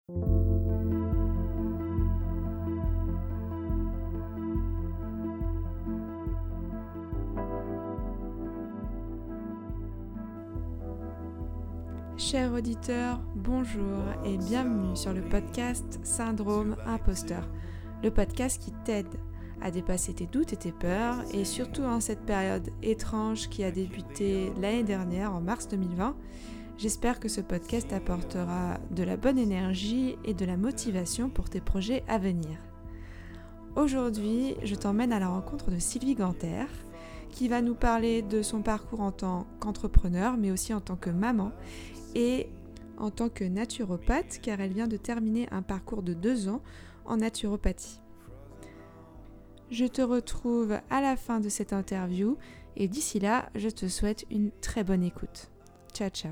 Chers auditeurs, bonjour et bienvenue sur le podcast Syndrome Imposteur, le podcast qui t'aide à dépasser tes doutes et tes peurs, et surtout en cette période étrange qui a débuté l'année dernière, en mars 2020. J'espère que ce podcast apportera de la bonne énergie et de la motivation pour tes projets à venir. Aujourd'hui, je t'emmène à la rencontre de Sylvie Ganter, qui va nous parler de son parcours en tant qu'entrepreneur, mais aussi en tant que maman, et en tant que naturopathe, car elle vient de terminer un parcours de 2 ans en naturopathie. Je te retrouve à la fin de cette interview, et d'ici là, je te souhaite une très bonne écoute. Ciao, ciao.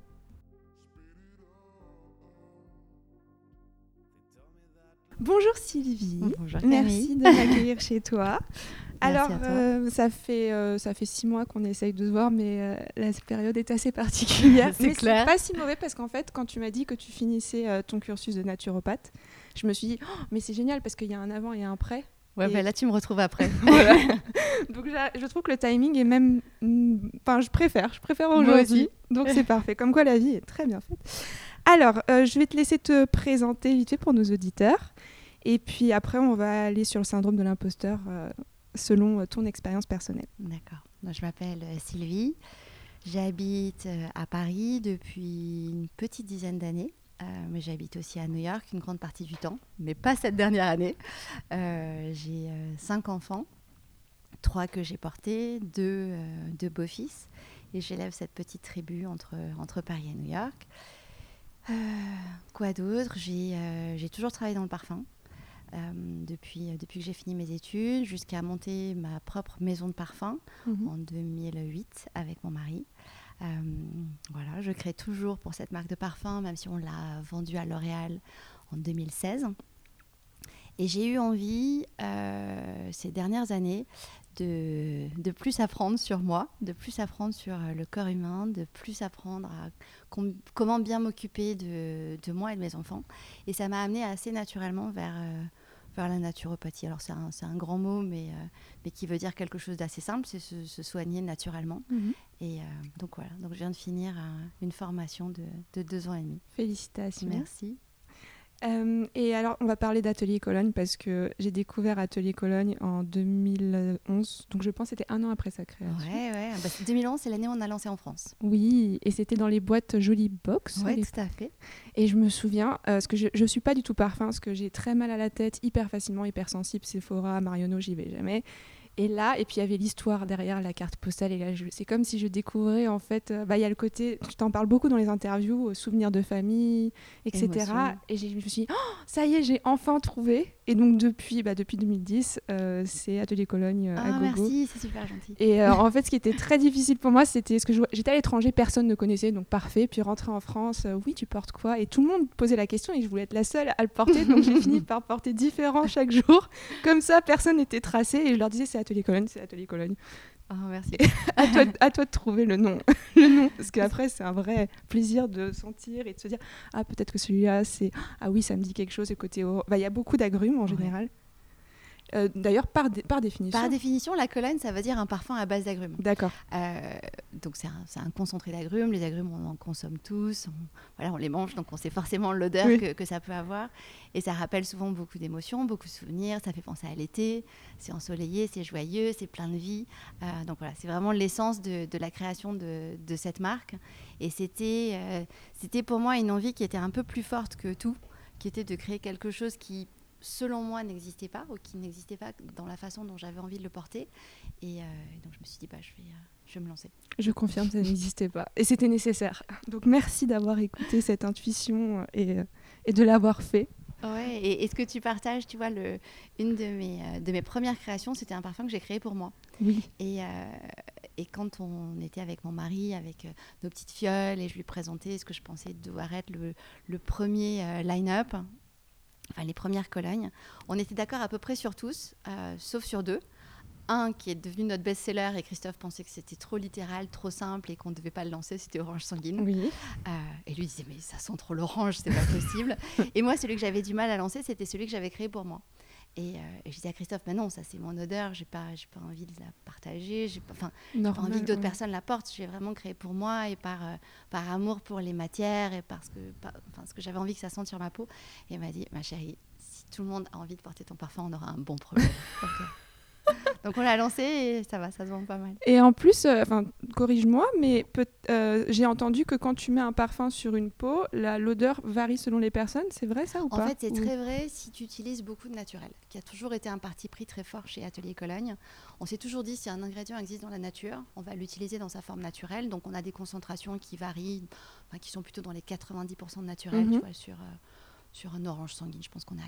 Bonjour Sylvie. Bonjour Merci Camille. de m'accueillir chez toi. Merci Alors, à toi. ça fait 6 mois qu'on essaye de se voir, mais la période est assez particulière. C'est mais clair. C'est pas si mauvais parce qu'en fait, quand tu m'as dit que tu finissais ton cursus de naturopathe, je me suis dit, oh, mais c'est génial parce qu'il y a un avant et un après. Ouais, Et- là tu me retrouves après. Voilà. Donc je trouve que le timing est même... Enfin, je préfère Moi aujourd'hui. aussi. Donc c'est parfait. Comme quoi la vie est très bien faite. Alors, je vais te laisser te présenter vite fait pour nos auditeurs. Et puis après, on va aller sur le syndrome de l'imposteur selon ton expérience personnelle. D'accord. Donc, je m'appelle Sylvie. J'habite à Paris depuis une petite dizaine d'années. Mais j'habite aussi à New York une grande partie du temps, mais pas cette dernière année. J'ai 5 enfants, 3 que j'ai portés, 2 beaux-fils. Et j'élève cette petite tribu entre Paris et New York. Quoi d'autre ? J'ai toujours travaillé dans le parfum. Depuis que j'ai fini mes études, jusqu'à monter ma propre maison de parfum en 2008 avec mon mari. Voilà, je crée toujours pour cette marque de parfum, même si on l'a vendue à L'Oréal en 2016. Et j'ai eu envie, ces dernières années, de plus apprendre sur moi, de plus apprendre sur le corps humain, de plus apprendre à comment bien m'occuper de moi et de mes enfants. Et ça m'a amenée assez naturellement vers la naturopathie. Alors c'est un grand mot, mais qui veut dire quelque chose d'assez simple, c'est se soigner naturellement. Et donc voilà, donc je viens de finir une formation de 2 ans et demi. Félicitations. Merci. Et alors, on va parler d'Atelier Cologne parce que j'ai découvert Atelier Cologne en 2011. Donc, je pense que c'était 1 an après sa création. Ouais. Bah, 2011, c'est l'année où on a lancé en France. Oui, et c'était dans les boîtes Jolie Box. Oui, tout à fait. Et je me souviens, parce que je ne suis pas du tout parfum, parce que j'ai très mal à la tête, hyper facilement, hypersensible, Sephora, Marionneau, j'y vais jamais. Et là, et puis il y avait l'histoire derrière la carte postale, et là, c'est comme si je découvrais, en fait, il y a le côté, je t'en parle beaucoup dans les interviews, souvenirs de famille, etc. Émotion. Et je me suis dit, oh, ça y est, j'ai enfin trouvé. Et donc depuis 2010, c'est Atelier Cologne à gogo. Merci, c'est super gentil. Et en fait, ce qui était très difficile pour moi, c'était ce que j'étais à l'étranger, personne ne connaissait, donc parfait. Puis rentrer en France, oui, tu portes quoi ? Et tout le monde posait la question et je voulais être la seule à le porter, donc j'ai fini par porter différent chaque jour. Comme ça, personne n'était tracé et je leur disais c'est Atelier Cologne, c'est Atelier Cologne. Oh, merci. À toi de trouver le nom, le nom, parce qu'après c'est un vrai plaisir de sentir et de se dire ah peut-être que celui-là c'est ah oui ça me dit quelque chose. Et côté il y a beaucoup d'agrumes en général. D'ailleurs, par définition. Par définition, la Cologne, ça veut dire un parfum à base d'agrumes. D'accord. Donc, c'est un concentré d'agrumes. Les agrumes, on en consomme tous. On les mange, donc on sait forcément l'odeur que ça peut avoir. Et ça rappelle souvent beaucoup d'émotions, beaucoup de souvenirs. Ça fait penser à l'été. C'est ensoleillé, c'est joyeux, c'est plein de vie. Donc, voilà, c'est vraiment l'essence de la création de cette marque. Et c'était pour moi une envie qui était un peu plus forte que tout, qui était de créer quelque chose qui selon moi n'existait pas ou qui n'existait pas dans la façon dont j'avais envie de le porter et donc je me suis dit je vais me lancer. Je confirme, ça n'existait pas et c'était nécessaire, donc merci d'avoir écouté cette intuition et de l'avoir fait. Ouais, et ce que tu partages, tu vois, une de mes premières créations, c'était un parfum que j'ai créé pour moi. Oui. Et quand on était avec mon mari, avec nos petites fioles, et je lui présentais ce que je pensais devoir être le premier line-up, enfin les premières colognes, on était d'accord à peu près sur tous, sauf sur 2. un qui est devenu notre best-seller et Christophe pensait que c'était trop littéral, trop simple et qu'on ne devait pas le lancer, c'était Orange Sanguine. Oui. Et lui disait, mais ça sent trop l'orange, c'est pas possible. Et moi, celui que j'avais du mal à lancer, c'était celui que j'avais créé pour moi. Et je disais à Christophe, mais non, ça c'est mon odeur, j'ai pas envie de la partager, j'ai pas envie que d'autres personnes la portent. Je l'ai vraiment créé pour moi et par amour pour les matières et parce que j'avais envie que ça sente sur ma peau. Et il m'a dit, ma chérie, si tout le monde a envie de porter ton parfum, on aura un bon problème. Donc on l'a lancé et ça va, ça se vend pas mal. Et en plus, corrige-moi, mais j'ai entendu que quand tu mets un parfum sur une peau, l'odeur varie selon les personnes. C'est vrai ça ou pas? En fait, c'est très vrai si tu utilises beaucoup de naturel, qui a toujours été un parti pris très fort chez Atelier Cologne. On s'est toujours dit, si un ingrédient existe dans la nature, on va l'utiliser dans sa forme naturelle. Donc on a des concentrations qui varient, qui sont plutôt dans les 90% de naturel, tu vois, sur un Orange Sanguine, je pense qu'on est à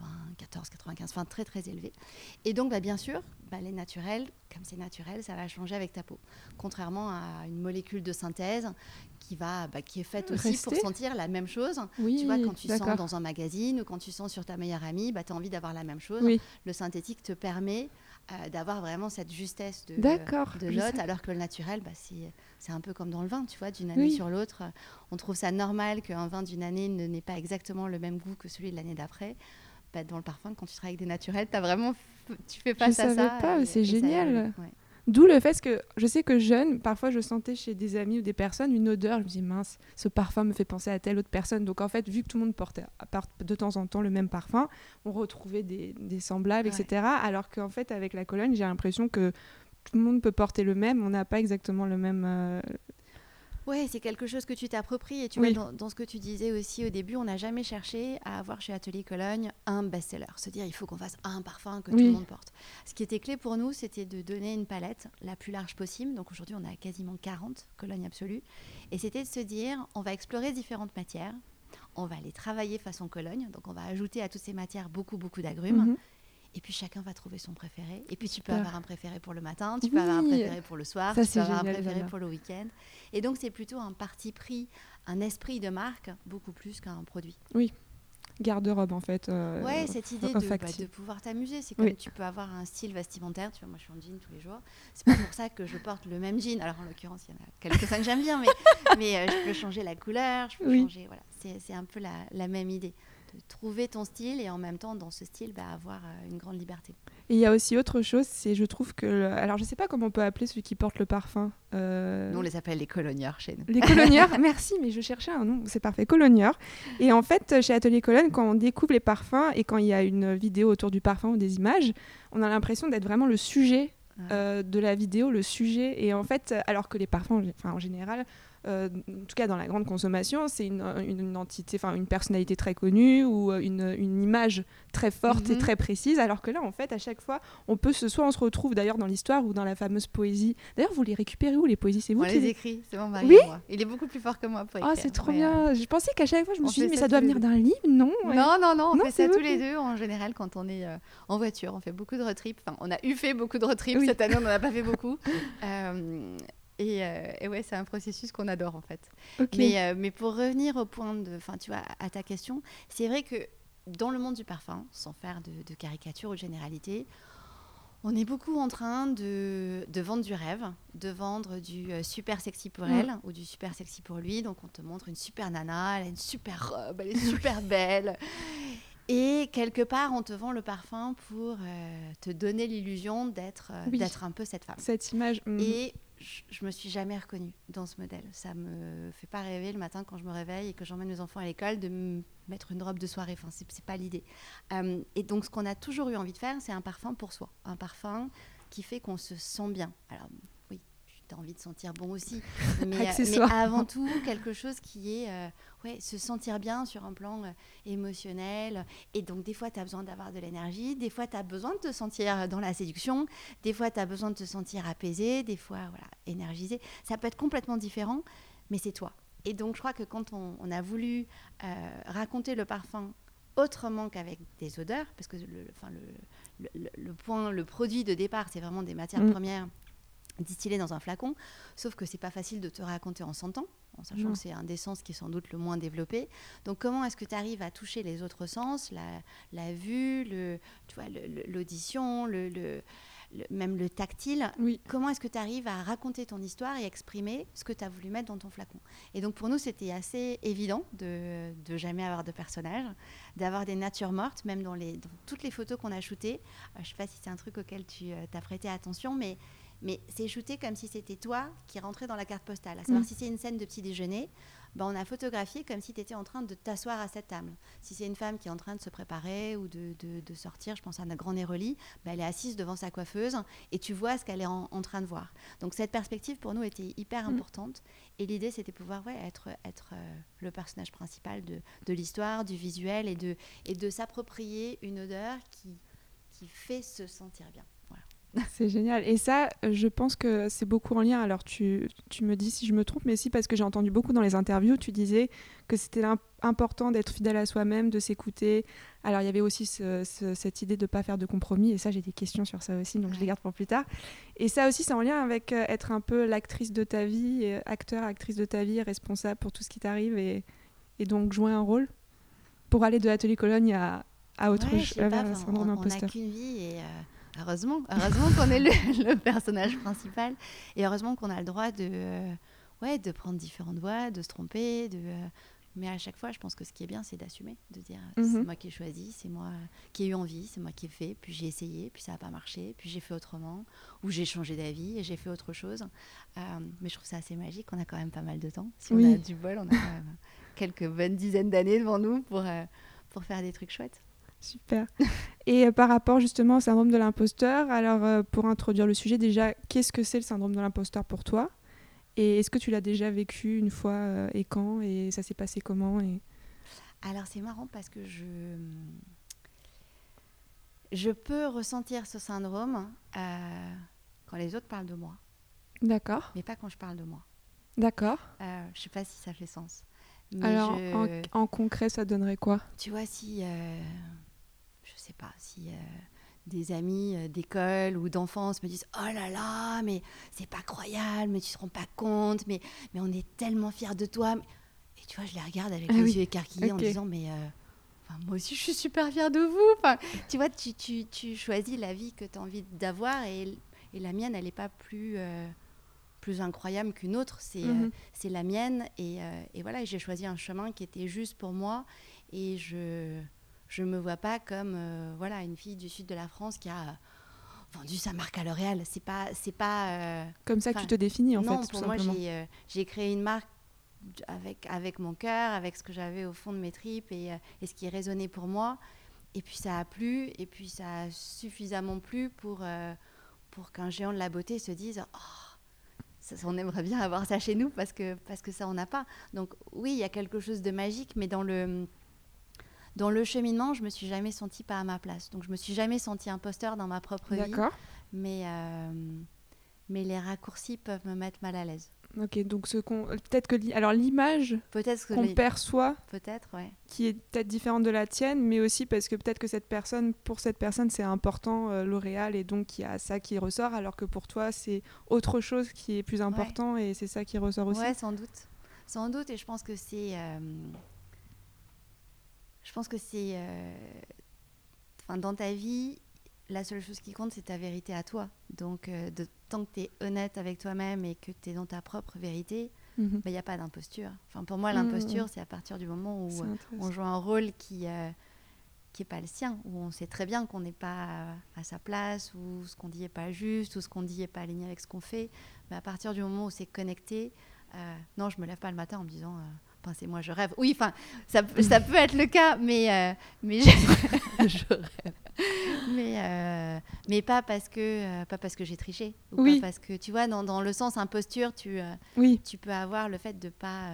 94, 95, enfin très très élevé. Et donc bien sûr, les naturels, comme c'est naturel, ça va changer avec ta peau. Contrairement à une molécule de synthèse qui est faite aussi pour sentir la même chose. Oui, tu vois, quand tu sens dans un magazine ou quand tu sens sur ta meilleure amie, tu as envie d'avoir la même chose. Oui. Le synthétique te permet d'avoir vraiment cette justesse de notes, alors que le naturel, c'est un peu comme dans le vin, tu vois, d'une année sur l'autre. On trouve ça normal qu'un vin d'une année n'ait pas exactement le même goût que celui de l'année d'après. Dans le parfum, quand tu travailles avec des naturels, tu fais face à ça. Je savais pas, c'est génial. Ouais. D'où le fait que je sais que jeune, parfois je sentais chez des amis ou des personnes une odeur, je me dis mince, ce parfum me fait penser à telle autre personne. Donc en fait, vu que tout le monde portait de temps en temps le même parfum, on retrouvait des semblables, etc. Alors qu'en fait, avec la Cologne, j'ai l'impression que tout le monde peut porter le même, on n'a pas exactement le même... Ouais, c'est quelque chose que tu t'appropries. Et tu vois, dans ce que tu disais aussi au début, on n'a jamais cherché à avoir chez Atelier Cologne un best-seller. Se dire, il faut qu'on fasse un parfum que tout le monde porte. Ce qui était clé pour nous, c'était de donner une palette la plus large possible. Donc aujourd'hui, on a quasiment 40 Cologne Absolue. Et c'était de se dire, on va explorer différentes matières. On va les travailler façon Cologne. Donc on va ajouter à toutes ces matières beaucoup, beaucoup d'agrumes. Et puis chacun va trouver son préféré. Et puis tu peux avoir un préféré pour le matin, tu peux avoir un préféré pour le soir, tu peux avoir un préféré pour le week-end. Et donc c'est plutôt un parti pris, un esprit de marque, beaucoup plus qu'un produit. Oui, garde-robe en fait. Ouais, cette idée de pouvoir t'amuser. C'est comme tu peux avoir un style vestimentaire. Tu vois, moi je suis en jean tous les jours. C'est pas pour ça que je porte le même jean. Alors en l'occurrence, il y en a quelques-uns que j'aime bien, mais je peux changer la couleur, je peux changer. Voilà, c'est un peu la même idée. De trouver ton style et en même temps dans ce style avoir une grande liberté. Et il y a aussi autre chose, c'est je trouve que alors je sais pas comment on peut appeler celui qui porte le parfum. Nous on les appelle les cologneurs chez nous. Les cologneurs, merci, mais je cherchais un nom, c'est parfait, cologneurs. Et en fait chez Atelier Cologne, quand on découvre les parfums et quand il y a une vidéo autour du parfum ou des images, on a l'impression d'être vraiment le sujet de la vidéo, le sujet. Et en fait, alors que les parfums, en général, en tout cas dans la grande consommation, c'est une entité, une personnalité très connue ou une image très forte et très précise, alors que là en fait à chaque fois on se retrouve d'ailleurs dans l'histoire ou dans la fameuse poésie. D'ailleurs vous les récupérez où les poésies? C'est vous qui les écrit, c'est mon mari et moi. Il est beaucoup plus fort que moi pour écrire. C'est trop bien. Je pensais qu'à chaque fois je me suis dit mais ça doit venir d'un livre, non? Non, on fait ça tous les deux en général quand on est en voiture. On fait beaucoup de road trip. On a fait beaucoup de road trip cette année, on n'en a pas fait beaucoup. Et ouais, c'est un processus qu'on adore en fait. Okay. Mais pour revenir au point à ta question, c'est vrai que dans le monde du parfum, sans faire de caricature ou de généralité, on est beaucoup en train de vendre du rêve, de vendre du super sexy pour elle ou du super sexy pour lui. Donc on te montre une super nana, elle a une super robe, elle est super belle. Et quelque part, on te vend le parfum pour te donner l'illusion d'être un peu cette femme. Cette image. Et je me suis jamais reconnue dans ce modèle. Ça me fait pas rêver le matin quand je me réveille et que j'emmène mes enfants à l'école de me mettre une robe de soirée. Enfin, c'est pas l'idée. Et donc, ce qu'on a toujours eu envie de faire, c'est un parfum pour soi. Un parfum qui fait qu'on se sent bien. Alors, oui, tu as envie de sentir bon aussi. Mais avant tout, quelque chose qui est se sentir bien sur un plan émotionnel. Et donc, des fois, tu as besoin d'avoir de l'énergie. Des fois, tu as besoin de te sentir dans la séduction. Des fois, tu as besoin de te sentir apaisé. Des fois, énergisé. Ça peut être complètement différent, mais c'est toi. Et donc, je crois que quand on a voulu raconter le parfum autrement qu'avec des odeurs, parce que le produit de départ, c'est vraiment des matières premières distillées dans un flacon, sauf que c'est pas facile de te raconter en sentant, en sachant que c'est un des sens qui est sans doute le moins développé. Donc comment est-ce que tu arrives à toucher les autres sens, la vue, l'audition, même le tactile. Oui. Comment est-ce que tu arrives à raconter ton histoire et exprimer ce que tu as voulu mettre dans ton flacon? Et donc pour nous, c'était assez évident de jamais avoir de personnage, d'avoir des natures mortes, même dans toutes les photos qu'on a shootées. Je ne sais pas si c'est un truc auquel tu as prêté attention, mais c'est shooté comme si c'était toi qui rentrais dans la carte postale. À savoir, si c'est une scène de petit déjeuner, on a photographié comme si tu étais en train de t'asseoir à cette table. Si c'est une femme qui est en train de se préparer ou de sortir, je pense à un grand Néroli, elle est assise devant sa coiffeuse et tu vois ce qu'elle est en train de voir. Donc cette perspective pour nous était hyper importante et l'idée c'était pouvoir être le personnage principal de l'histoire, du visuel et de s'approprier une odeur qui fait se sentir bien. Voilà. C'est génial. Et ça, je pense que c'est beaucoup en lien. Alors, tu me dis si je me trompe, mais aussi parce que j'ai entendu beaucoup dans les interviews, tu disais que c'était important d'être fidèle à soi-même, de s'écouter. Alors, il y avait aussi cette idée de ne pas faire de compromis. Et ça, j'ai des questions sur ça aussi, donc je les garde pour plus tard. Et ça aussi, c'est en lien avec être un peu l'actrice de ta vie, acteur, actrice de ta vie, responsable pour tout ce qui t'arrive et donc jouer un rôle pour aller de l'atelier Cologne à autre chose, vers le syndrome imposteur. On n'a qu'une vie et... Heureusement qu'on est le personnage principal et heureusement qu'on a le droit de prendre différentes voies, de se tromper, mais à chaque fois, je pense que ce qui est bien, c'est d'assumer, de dire c'est moi qui ai choisi, c'est moi qui ai eu envie, c'est moi qui ai fait, puis j'ai essayé, puis ça n'a pas marché, puis j'ai fait autrement, ou j'ai changé d'avis et j'ai fait autre chose. Mais je trouve ça assez magique, on a quand même pas mal de temps. Si on a du bol, on a quand même quelques bonnes dizaines d'années devant nous pour faire des trucs chouettes. Super. Et par rapport justement au syndrome de l'imposteur, alors pour introduire le sujet, déjà, qu'est-ce que c'est le syndrome de l'imposteur pour toi? Et est-ce que tu l'as déjà vécu une fois et quand? Et ça s'est passé comment Alors c'est marrant parce que je peux ressentir ce syndrome quand les autres parlent de moi. D'accord. Mais pas quand je parle de moi. D'accord. Je sais pas si ça fait sens. Mais alors en concret, ça donnerait quoi? Tu vois, si... je sais pas, si des amis d'école ou d'enfance me disent « Oh là là, mais c'est pas croyable, mais tu te rends pas compte, mais on est tellement fiers de toi. » Et tu vois, je les regarde avec les yeux écarquillés en disant « Mais moi aussi, je suis super fière de vous. » Tu vois, tu choisis la vie que tu as envie d'avoir et la mienne, elle n'est pas plus incroyable qu'une autre. C'est la mienne et voilà, j'ai choisi un chemin qui était juste pour moi et je me vois pas comme une fille du sud de la France qui a vendu sa marque à L'Oréal. C'est pas comme ça que tu te définis en fait. Non, tout pour simplement. moi j'ai créé une marque avec mon cœur, avec ce que j'avais au fond de mes tripes et ce qui résonnait pour moi. Et puis ça a plu et puis ça a suffisamment plu pour qu'un géant de la beauté se dise on aimerait bien avoir ça chez nous parce que ça on n'a pas. Donc oui, il y a quelque chose de magique, mais dans le cheminement, je me suis jamais sentie pas à ma place. Donc je me suis jamais sentie imposteur dans ma propre vie. Mais les raccourcis peuvent me mettre mal à l'aise. Ok, donc peut-être que l'image qu'on perçoit, qui est peut-être différente de la tienne, mais aussi parce que peut-être que pour cette personne, c'est important L'Oréal et donc il y a ça qui ressort, alors que pour toi, c'est autre chose qui est plus important et c'est ça qui ressort aussi. Ouais, sans doute. Et je pense que c'est dans ta vie, la seule chose qui compte, c'est ta vérité à toi. Donc, tant que tu es honnête avec toi-même et que tu es dans ta propre vérité, il n'y a pas d'imposture. Pour moi, l'imposture, c'est à partir du moment où on joue un rôle qui n'est pas le sien, où on sait très bien qu'on n'est pas à sa place, ou ce qu'on dit n'est pas juste, ou ce qu'on dit n'est pas aligné avec ce qu'on fait. Mais à partir du moment où c'est connecté, non, je ne me lève pas le matin en me disant... c'est moi, je rêve. Oui, ça peut être le cas, mais je rêve. Mais pas parce que j'ai triché. Ou pas parce que, tu vois, dans le sens imposture, tu peux avoir le fait de pas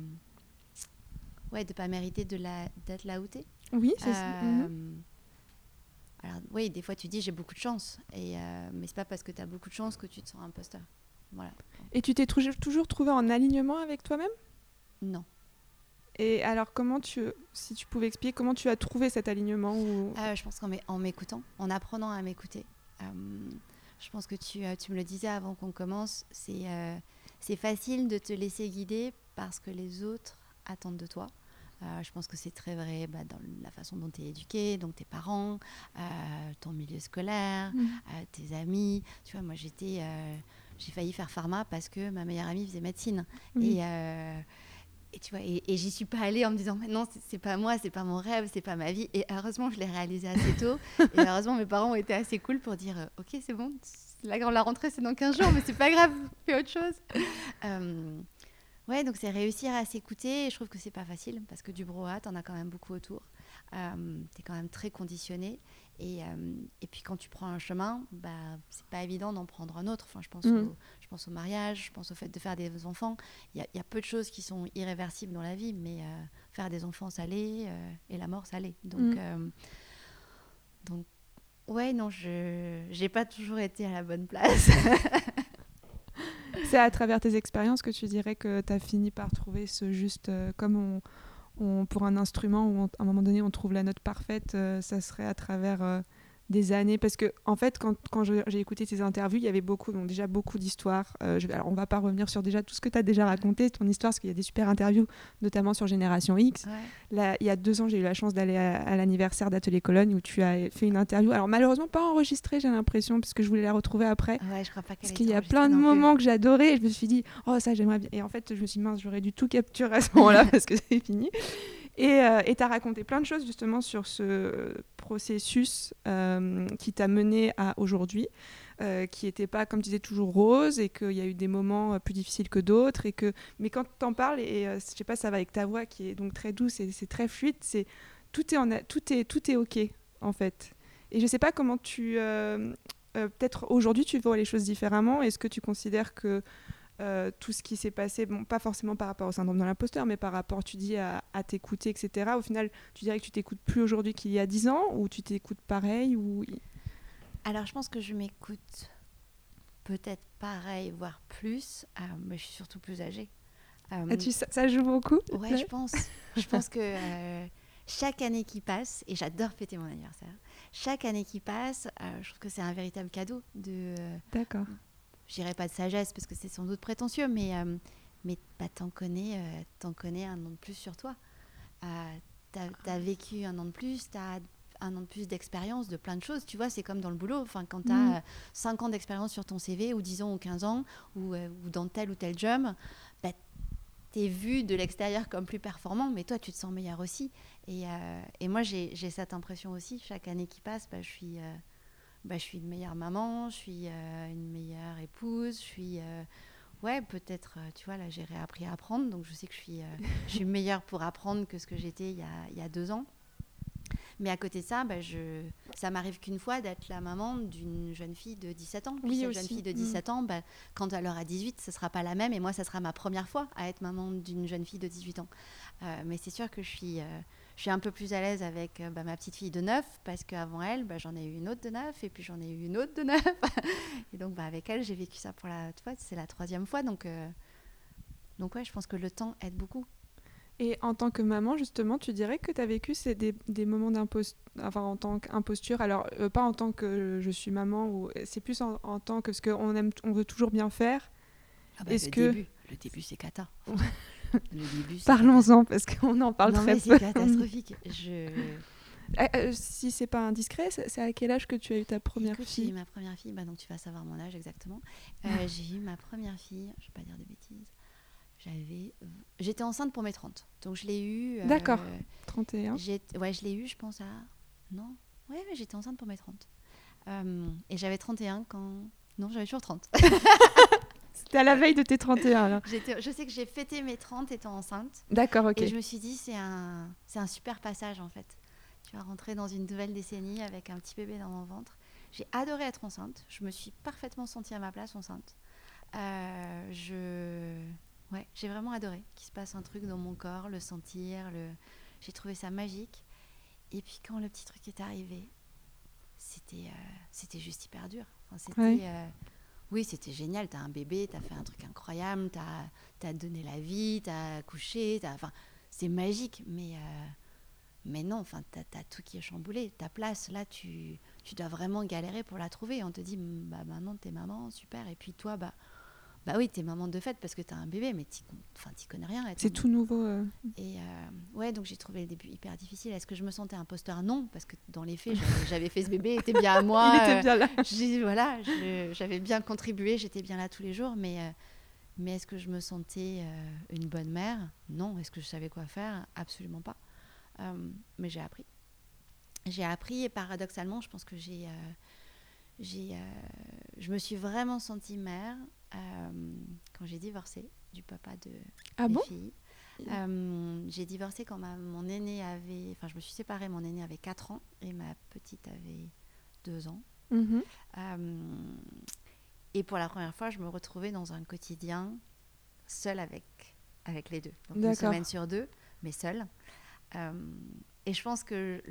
mériter d'être là où t'es. Oui, c'est ça. Alors, oui, des fois, tu dis j'ai beaucoup de chance. Mais c'est pas parce que tu as beaucoup de chance que tu te sens imposteur. Voilà. Et tu t'es toujours trouvé en alignement avec toi-même ? Non. Et alors, si tu pouvais expliquer comment tu as trouvé cet alignement Je pense qu'en m'écoutant, en apprenant à m'écouter. Je pense que tu me le disais avant qu'on commence, c'est facile de te laisser guider parce que les autres attendent de toi. Je pense que c'est très vrai dans la façon dont tu es éduqué, donc tes parents, ton milieu scolaire, tes amis. Tu vois, moi, j'ai failli faire pharma parce que ma meilleure amie faisait médecine. Et tu vois, et j'y suis pas allée en me disant, mais non, c'est pas moi, c'est pas mon rêve, c'est pas ma vie. Et heureusement, je l'ai réalisé assez tôt. Et heureusement, mes parents ont été assez cool pour dire, ok, c'est bon, la rentrée, c'est dans 15 jours, mais c'est pas grave, fais autre chose. Ouais, donc c'est réussir à s'écouter. Et je trouve que c'est pas facile parce que du brouhaha, t'en as quand même beaucoup autour. T'es quand même très conditionné. Et puis quand tu prends un chemin, c'est pas évident d'en prendre un autre. Enfin, je pense au mariage, je pense au fait de faire des enfants. Il y a peu de choses qui sont irréversibles dans la vie, mais faire des enfants, ça l'est, et la mort, ça l'est. Donc ouais, non, j'ai pas toujours été à la bonne place. C'est à travers tes expériences que tu dirais que tu as fini par trouver ce juste, comme pour un instrument où à un moment donné on trouve la note parfaite, ça serait à travers des années, parce que en fait quand j'ai écouté tes interviews, il y avait déjà beaucoup d'histoires. Alors on va pas revenir sur déjà tout ce que tu as déjà raconté, ton histoire, parce qu'il y a des super interviews, notamment sur Génération X. Ouais. Là, il y a 2 ans, j'ai eu la chance d'aller à l'anniversaire d'Atelier Cologne où tu as fait une interview. Alors malheureusement pas enregistrée, j'ai l'impression, parce que je voulais la retrouver après. Ouais, je crois pas qu'elle Parce ait qu'il été y a plein de moments que j'adorais et je me suis dit, oh ça j'aimerais bien. Et en fait, je me suis dit, mince, j'aurais dû tout capturer à ce moment-là parce que c'est fini. Et tu as raconté plein de choses justement sur ce processus qui t'a mené à aujourd'hui, qui n'était pas, comme tu disais, toujours rose, et qu'il y a eu des moments plus difficiles que d'autres. Mais quand tu en parles, et je sais pas, ça va avec ta voix qui est donc très douce et c'est très fluide, tout est OK en fait. Et je sais pas comment peut-être aujourd'hui tu vois les choses différemment. Est-ce que tu considères que tout ce qui s'est passé, bon, pas forcément par rapport au syndrome de l'imposteur, mais par rapport, tu dis, à t'écouter, etc. Au final, tu dirais que tu t'écoutes plus aujourd'hui qu'il y a 10 ans, ou tu t'écoutes pareil ou... Alors, je pense que je m'écoute peut-être pareil, voire plus, mais je suis surtout plus âgée. Ça joue beaucoup? Ouais, je pense. Je pense que chaque année qui passe, et j'adore fêter mon anniversaire, chaque année qui passe, je trouve que c'est un véritable cadeau de... D'accord. Je dirais pas de sagesse, parce que c'est sans doute prétentieux, mais t'en connais un an de plus sur toi. T'as vécu un an de plus, t'as un an de plus d'expérience de plein de choses. Tu vois, c'est comme dans le boulot. Enfin, quand t'as 5 ans d'expérience sur ton CV, ou 10 ans, ou 15 ans, ou dans tel ou tel job, t'es vu de l'extérieur comme plus performant, mais toi, tu te sens meilleur aussi. Et moi, j'ai cette impression aussi. Chaque année qui passe, je suis une meilleure maman, je suis une meilleure épouse, je suis... ouais, peut-être, tu vois, là, j'ai réappris à apprendre, donc je sais que je suis meilleure pour apprendre que ce que j'étais il y a 2 ans. Mais à côté de ça, ça m'arrive qu'une fois d'être la maman d'une jeune fille de 17 ans. Puis Oui, cette aussi. jeune fille de 17 ans, quand elle aura 18, ce ne sera pas la même. Et moi, ça sera ma première fois à être maman d'une jeune fille de 18 ans. Mais c'est sûr que je suis un peu plus à l'aise avec ma petite fille de 9, parce qu'avant elle, j'en ai eu une autre de 9, et puis j'en ai eu une autre de 9. Et donc, avec elle, j'ai vécu ça c'est la 3e fois. Donc ouais, je pense que le temps aide beaucoup. Et en tant que maman, justement, tu dirais que tu as vécu des moments en tant qu'imposture. Alors, pas en tant que je suis maman, c'est plus en tant que... Parce on veut toujours bien faire. Le début, c'est cata. Le début, c'est Parlons-en, parce qu'on en parle très peu. C'est catastrophique. Si c'est pas indiscret, c'est à quel âge que tu as eu ta première fille? J'ai eu ma première fille, donc tu vas savoir mon âge exactement. J'ai eu ma première fille, je vais pas dire de bêtises, j'étais enceinte pour mes 30, donc je l'ai eu... D'accord, 31. Ouais, je l'ai eu, je pense Non, ouais, j'étais enceinte pour mes 30. Et j'avais 31 quand... Non, j'avais toujours 30. C'était à la veille de tes 31, là. Je sais que j'ai fêté mes 30 étant enceinte. D'accord, ok. Et je me suis dit, c'est un super passage, en fait. Tu vas rentrer dans une nouvelle décennie avec un petit bébé dans mon ventre. J'ai adoré être enceinte. Je me suis parfaitement sentie à ma place enceinte. Ouais, j'ai vraiment adoré qu'il se passe un truc dans mon corps, le sentir. J'ai trouvé ça magique. Et puis quand le petit truc est arrivé, c'était juste hyper dur. Enfin, oui, c'était génial. T'as un bébé, t'as fait un truc incroyable, t'as donné la vie, t'as accouché, c'est magique. Mais non, enfin, t'as tout qui est chamboulé. Ta place, là, tu dois vraiment galérer pour la trouver. On te dit, maintenant, t'es maman, super. Et puis toi, bah oui, t'es maman de fait parce que t'as un bébé, mais t'y connais rien. C'est tout nouveau. Et ouais, donc j'ai trouvé le début hyper difficile. Est-ce que je me sentais imposteur? Non, parce que dans les faits, j'avais fait ce bébé, il était bien à moi. Il était bien là. J'avais bien contribué, j'étais bien là tous les jours, mais est-ce que je me sentais une bonne mère? Non. Est-ce que je savais quoi faire? Absolument pas. Mais j'ai appris. J'ai appris et paradoxalement, je pense que je me suis vraiment sentie mère quand j'ai divorcé du papa de mes filles. J'ai divorcé quand mon aîné avait... Enfin, je me suis séparée, mon aîné avait 4 ans et ma petite avait 2 ans. Et pour la première fois, je me retrouvais dans un quotidien seule avec les deux. Donc une semaine sur 2, mais seule. Et je pense que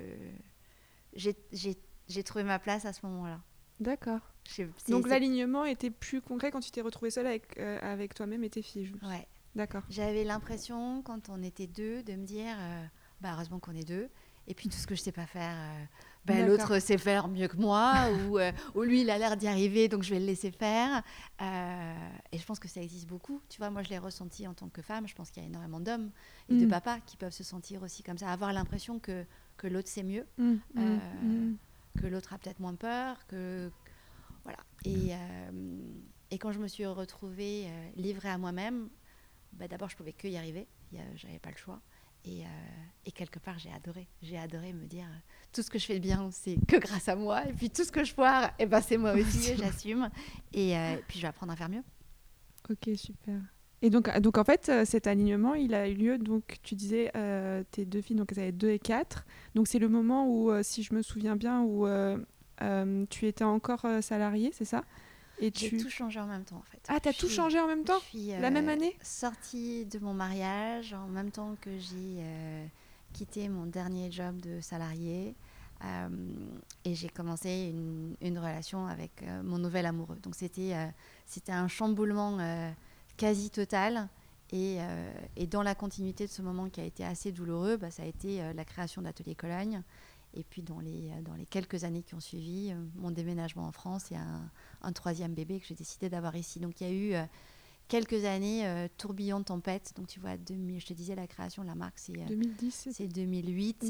j'ai trouvé ma place à ce moment-là. D'accord. Donc l'alignement était plus concret quand tu t'es retrouvée seule avec toi-même et tes filles. Ouais. D'accord. J'avais l'impression, quand on était deux, de me dire heureusement qu'on est deux. Et puis tout ce que je sais pas faire, l'autre sait faire mieux que moi, ou lui il a l'air d'y arriver, donc je vais le laisser faire. Et je pense que ça existe beaucoup. Tu vois, moi je l'ai ressenti en tant que femme. Je pense qu'il y a énormément d'hommes et de papas qui peuvent se sentir aussi comme ça, avoir l'impression que l'autre sait mieux, que l'autre a peut-être moins peur, voilà. Et quand je me suis retrouvée livrée à moi-même, d'abord je pouvais que y arriver, j'avais pas le choix. Et quelque part, j'ai adoré me dire tout ce que je fais de bien, c'est que grâce à moi. Et puis tout ce que je foire, c'est moi aussi, et j'assume. Et puis je vais apprendre à faire mieux. Ok, super. Et donc en fait, cet alignement, il a eu lieu, donc tu disais, tes 2 filles, donc elles avaient 2 et 4. Donc c'est le moment où, si je me souviens bien, où tu étais encore salariée, c'est ça? J'ai tout changé en même temps, en fait. Ah, t'as tout changé en même temps? La même année? Sortie de mon mariage, en même temps que j'ai quitté mon dernier job de salarié. Et j'ai commencé une relation avec mon nouvel amoureux. Donc c'était un chamboulement quasi total. Et dans la continuité de ce moment qui a été assez douloureux, ça a été la création d'Atelier Cologne. Et puis dans les quelques années qui ont suivi, mon déménagement en France et un 3e bébé que j'ai décidé d'avoir ici. Donc il y a eu quelques années tourbillon de tempête. Donc tu vois, je te disais, la création de la marque, c'est 2010, c'est 2008.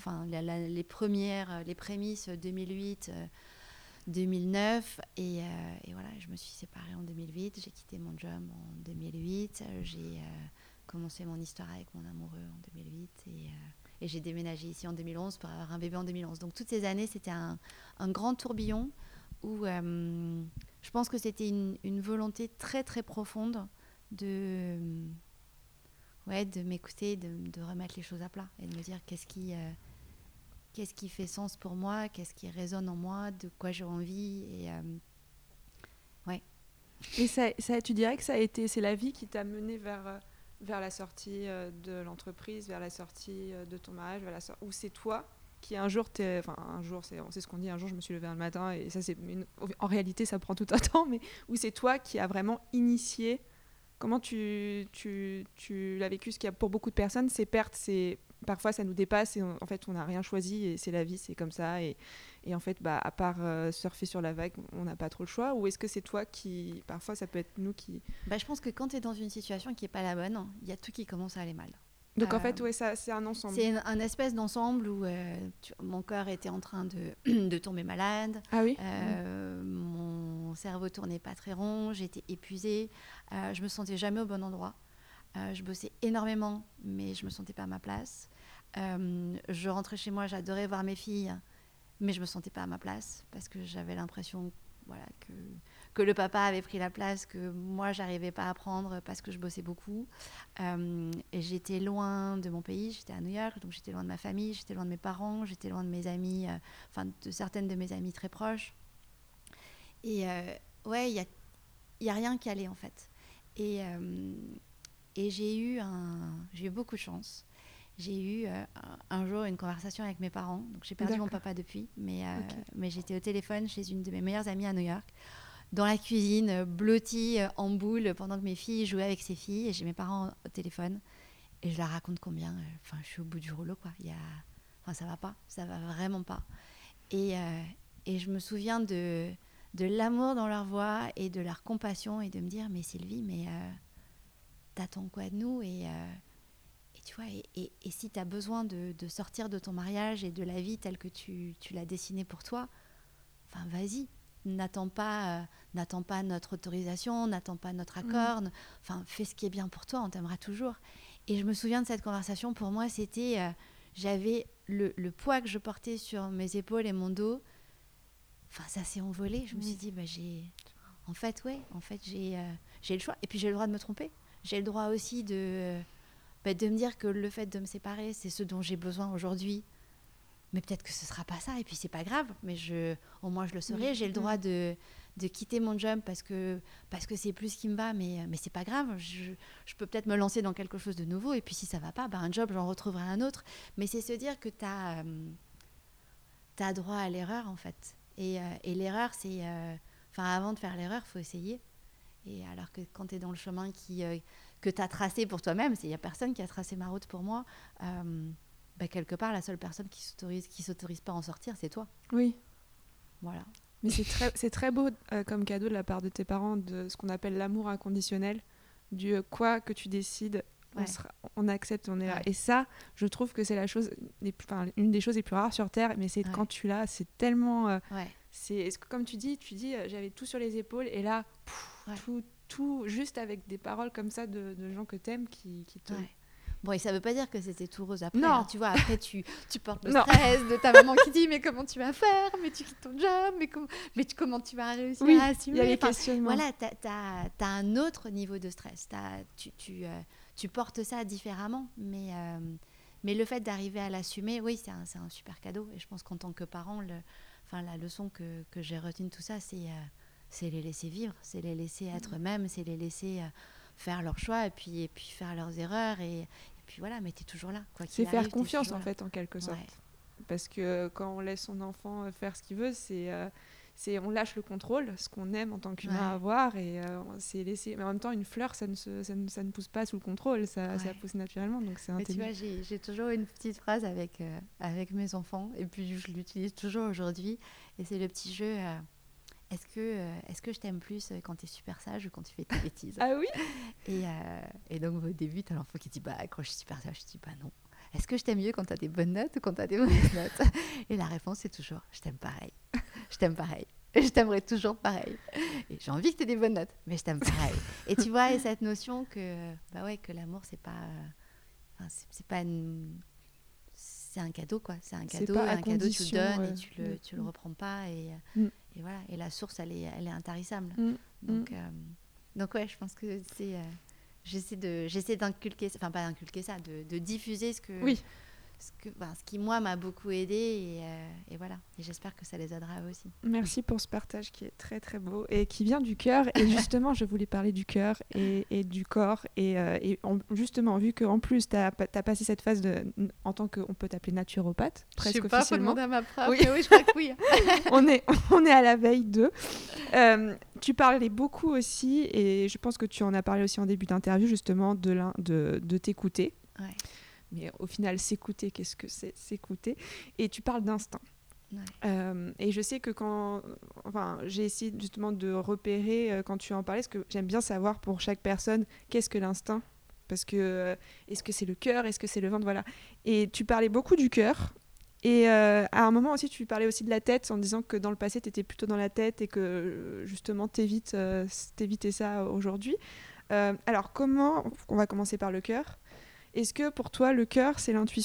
Les prémices 2008, 2009. Et voilà, je me suis séparée en 2008. J'ai quitté mon job en 2008. J'ai commencé mon histoire avec mon amoureux en 2008. Et j'ai déménagé ici en 2011 pour avoir un bébé en 2011. Donc toutes ces années, c'était un grand tourbillon où je pense que c'était une volonté très très profonde de m'écouter, de remettre les choses à plat et de me dire qu'est-ce qui fait sens pour moi, qu'est-ce qui résonne en moi, de quoi j'ai envie. Et ça, tu dirais que c'est la vie qui t'a mené vers la sortie de l'entreprise, vers la sortie de ton mariage, ou c'est toi qui un jour, c'est ce qu'on dit, un jour je me suis levée un matin, et ça en réalité ça prend tout un temps, mais où c'est toi qui as vraiment initié. Comment tu l'as vécu? Ce qu'il y a pour beaucoup de personnes, ces pertes, parfois ça nous dépasse et en fait on n'a rien choisi et c'est la vie, c'est comme ça, et en fait à part surfer sur la vague, on n'a pas trop le choix. Ou est-ce que c'est toi qui, parfois ça peut être nous qui... Je pense que quand tu es dans une situation qui n'est pas la bonne, il y a tout qui commence à aller mal. Donc en fait, c'est un ensemble. C'est un espèce d'ensemble où mon corps était en train de tomber malade. Ah oui. Mon cerveau tournait pas très rond, j'étais épuisée, je me sentais jamais au bon endroit. Je bossais énormément, mais je me sentais pas à ma place. Je rentrais chez moi, j'adorais voir mes filles, mais je me sentais pas à ma place parce que j'avais l'impression que le papa avait pris la place que moi j'arrivais pas à prendre parce que je bossais beaucoup. Et j'étais loin de mon pays, j'étais à New York, donc j'étais loin de ma famille, j'étais loin de mes parents, j'étais loin de mes amis, de certaines de mes amies très proches. Et il y a rien qui allait en fait. Et j'ai eu beaucoup de chance. J'ai eu un jour une conversation avec mes parents. Donc j'ai perdu mon papa depuis, mais j'étais au téléphone chez une de mes meilleures amies à New York, dans la cuisine, blottie en boule, pendant que mes filles jouaient avec ses filles, et j'ai mes parents au téléphone. Et je leur raconte combien, je suis au bout du rouleau, quoi. Ça va pas, ça va vraiment pas. Et je me souviens de l'amour dans leur voix et de leur compassion et de me dire, mais Sylvie, mais t'attends quoi de nous et tu vois, et si t'as besoin de sortir de ton mariage et de la vie telle que tu l'as dessinée pour toi, enfin vas-y, n'attends pas notre autorisation, n'attends pas notre accord, enfin fais ce qui est bien pour toi, on t'aimera toujours. Et je me souviens de cette conversation, pour moi c'était, j'avais le poids que je portais sur mes épaules et mon dos, enfin ça s'est envolé, je me suis dit, en fait j'ai le choix, et puis j'ai le droit de me tromper, j'ai le droit aussi de me dire que le fait de me séparer, c'est ce dont j'ai besoin aujourd'hui. Mais peut-être que ce ne sera pas ça, et puis c'est pas grave, mais au moins je le saurai. J'ai le droit de quitter mon job parce que c'est plus ce qui me va, mais c'est pas grave. Je peux peut-être me lancer dans quelque chose de nouveau, et puis si ça va pas, un job, j'en retrouverai un autre. Mais c'est se dire que tu as droit à l'erreur, en fait. Et l'erreur, c'est... avant de faire l'erreur, il faut essayer. Et alors que quand tu es dans le chemin que tu as tracé pour toi-même, il n'y a personne qui a tracé ma route pour moi, quelque part, la seule personne qui s'autorise pas à en sortir, c'est toi. Oui. Voilà. Mais c'est très beau comme cadeau de la part de tes parents, de ce qu'on appelle l'amour inconditionnel, du quoi que tu décides, on accepte, on est là. Et ça, je trouve que c'est une des choses les plus rares sur Terre, mais c'est quand tu l'as, c'est tellement... comme tu dis, j'avais tout sur les épaules, et là, tout juste avec des paroles comme ça de gens que t'aimes qui te... Bon, et ça veut pas dire que c'était tout rose après. Non. Hein, tu vois, après, tu portes le stress de ta maman qui dit « Mais comment tu vas faire ? Mais tu quittes ton job ? Mais comment tu vas réussir à assumer ?» Il y a les questionnements. Voilà, t'as un autre niveau de stress. Tu portes ça différemment. Mais le fait d'arriver à l'assumer, oui, c'est un super cadeau. Et je pense qu'en tant que parent, la leçon que j'ai retenue de tout ça, c'est les laisser vivre, c'est les laisser être eux-mêmes, c'est les laisser faire leurs choix et puis faire leurs erreurs. Et puis voilà, mais t'es toujours là. Quoi qu'il c'est arrive, faire confiance en fait, en quelque sorte. Ouais. Parce que quand on laisse son enfant faire ce qu'il veut, on lâche le contrôle, ce qu'on aime en tant qu'humain avoir, et c'est laisser. Mais en même temps, une fleur, ça ne pousse pas sous le contrôle, ça pousse naturellement, donc c'est intelligent. Mais tu vois, j'ai toujours une petite phrase avec mes enfants, et puis je l'utilise toujours aujourd'hui, et c'est le petit jeu. Est-ce que je t'aime plus quand t'es super sage ou quand tu fais tes bêtises ? Ah oui ? Et donc au début, t'as l'enfant qui dit quand je suis super sage, je dis non. Est-ce que je t'aime mieux quand t'as des bonnes notes ou quand t'as des mauvaises notes ? Et la réponse c'est toujours je t'aime pareil. Je t'aime pareil. Et je t'aimerai toujours pareil. Et j'ai envie que t'aies des bonnes notes, mais je t'aime pareil. Et tu vois, et cette notion que l'amour c'est pas c'est pas c'est un cadeau, quoi. C'est un cadeau, et un cadeau tu le donnes et tu le reprends pas, et voilà. Et la source elle est intarissable. Donc ouais, je pense que c'est j'essaie d'inculquer, enfin pas d'inculquer ça, de diffuser ce qui moi m'a beaucoup aidé, et voilà. Et j'espère que ça les aidera eux aussi. Merci pour ce partage qui est très très beau et qui vient du cœur. Et justement, je voulais parler du cœur et du corps. Justement, vu qu'en plus, tu as passé cette phase en tant qu'on peut t'appeler naturopathe, presque officiellement. Je sais pas, faut demander à ma prof. Oui, je crois que oui. on est à la veille de... tu parlais beaucoup aussi, et je pense que tu en as parlé aussi en début d'interview, justement, de t'écouter. Ouais. Mais au final, s'écouter, qu'est-ce que c'est s'écouter ? Et tu parles d'instinct. Ouais. Et je sais que j'ai essayé justement de repérer quand tu en parlais, parce que j'aime bien savoir pour chaque personne qu'est-ce que l'instinct, parce que est-ce que c'est le cœur, est-ce que c'est le ventre, voilà. Et tu parlais beaucoup du cœur, et à un moment aussi tu parlais aussi de la tête, en disant que dans le passé tu étais plutôt dans la tête et que justement t'évitais ça aujourd'hui. Alors on va commencer par le cœur. Est-ce que pour toi le cœur c'est l'intuition ?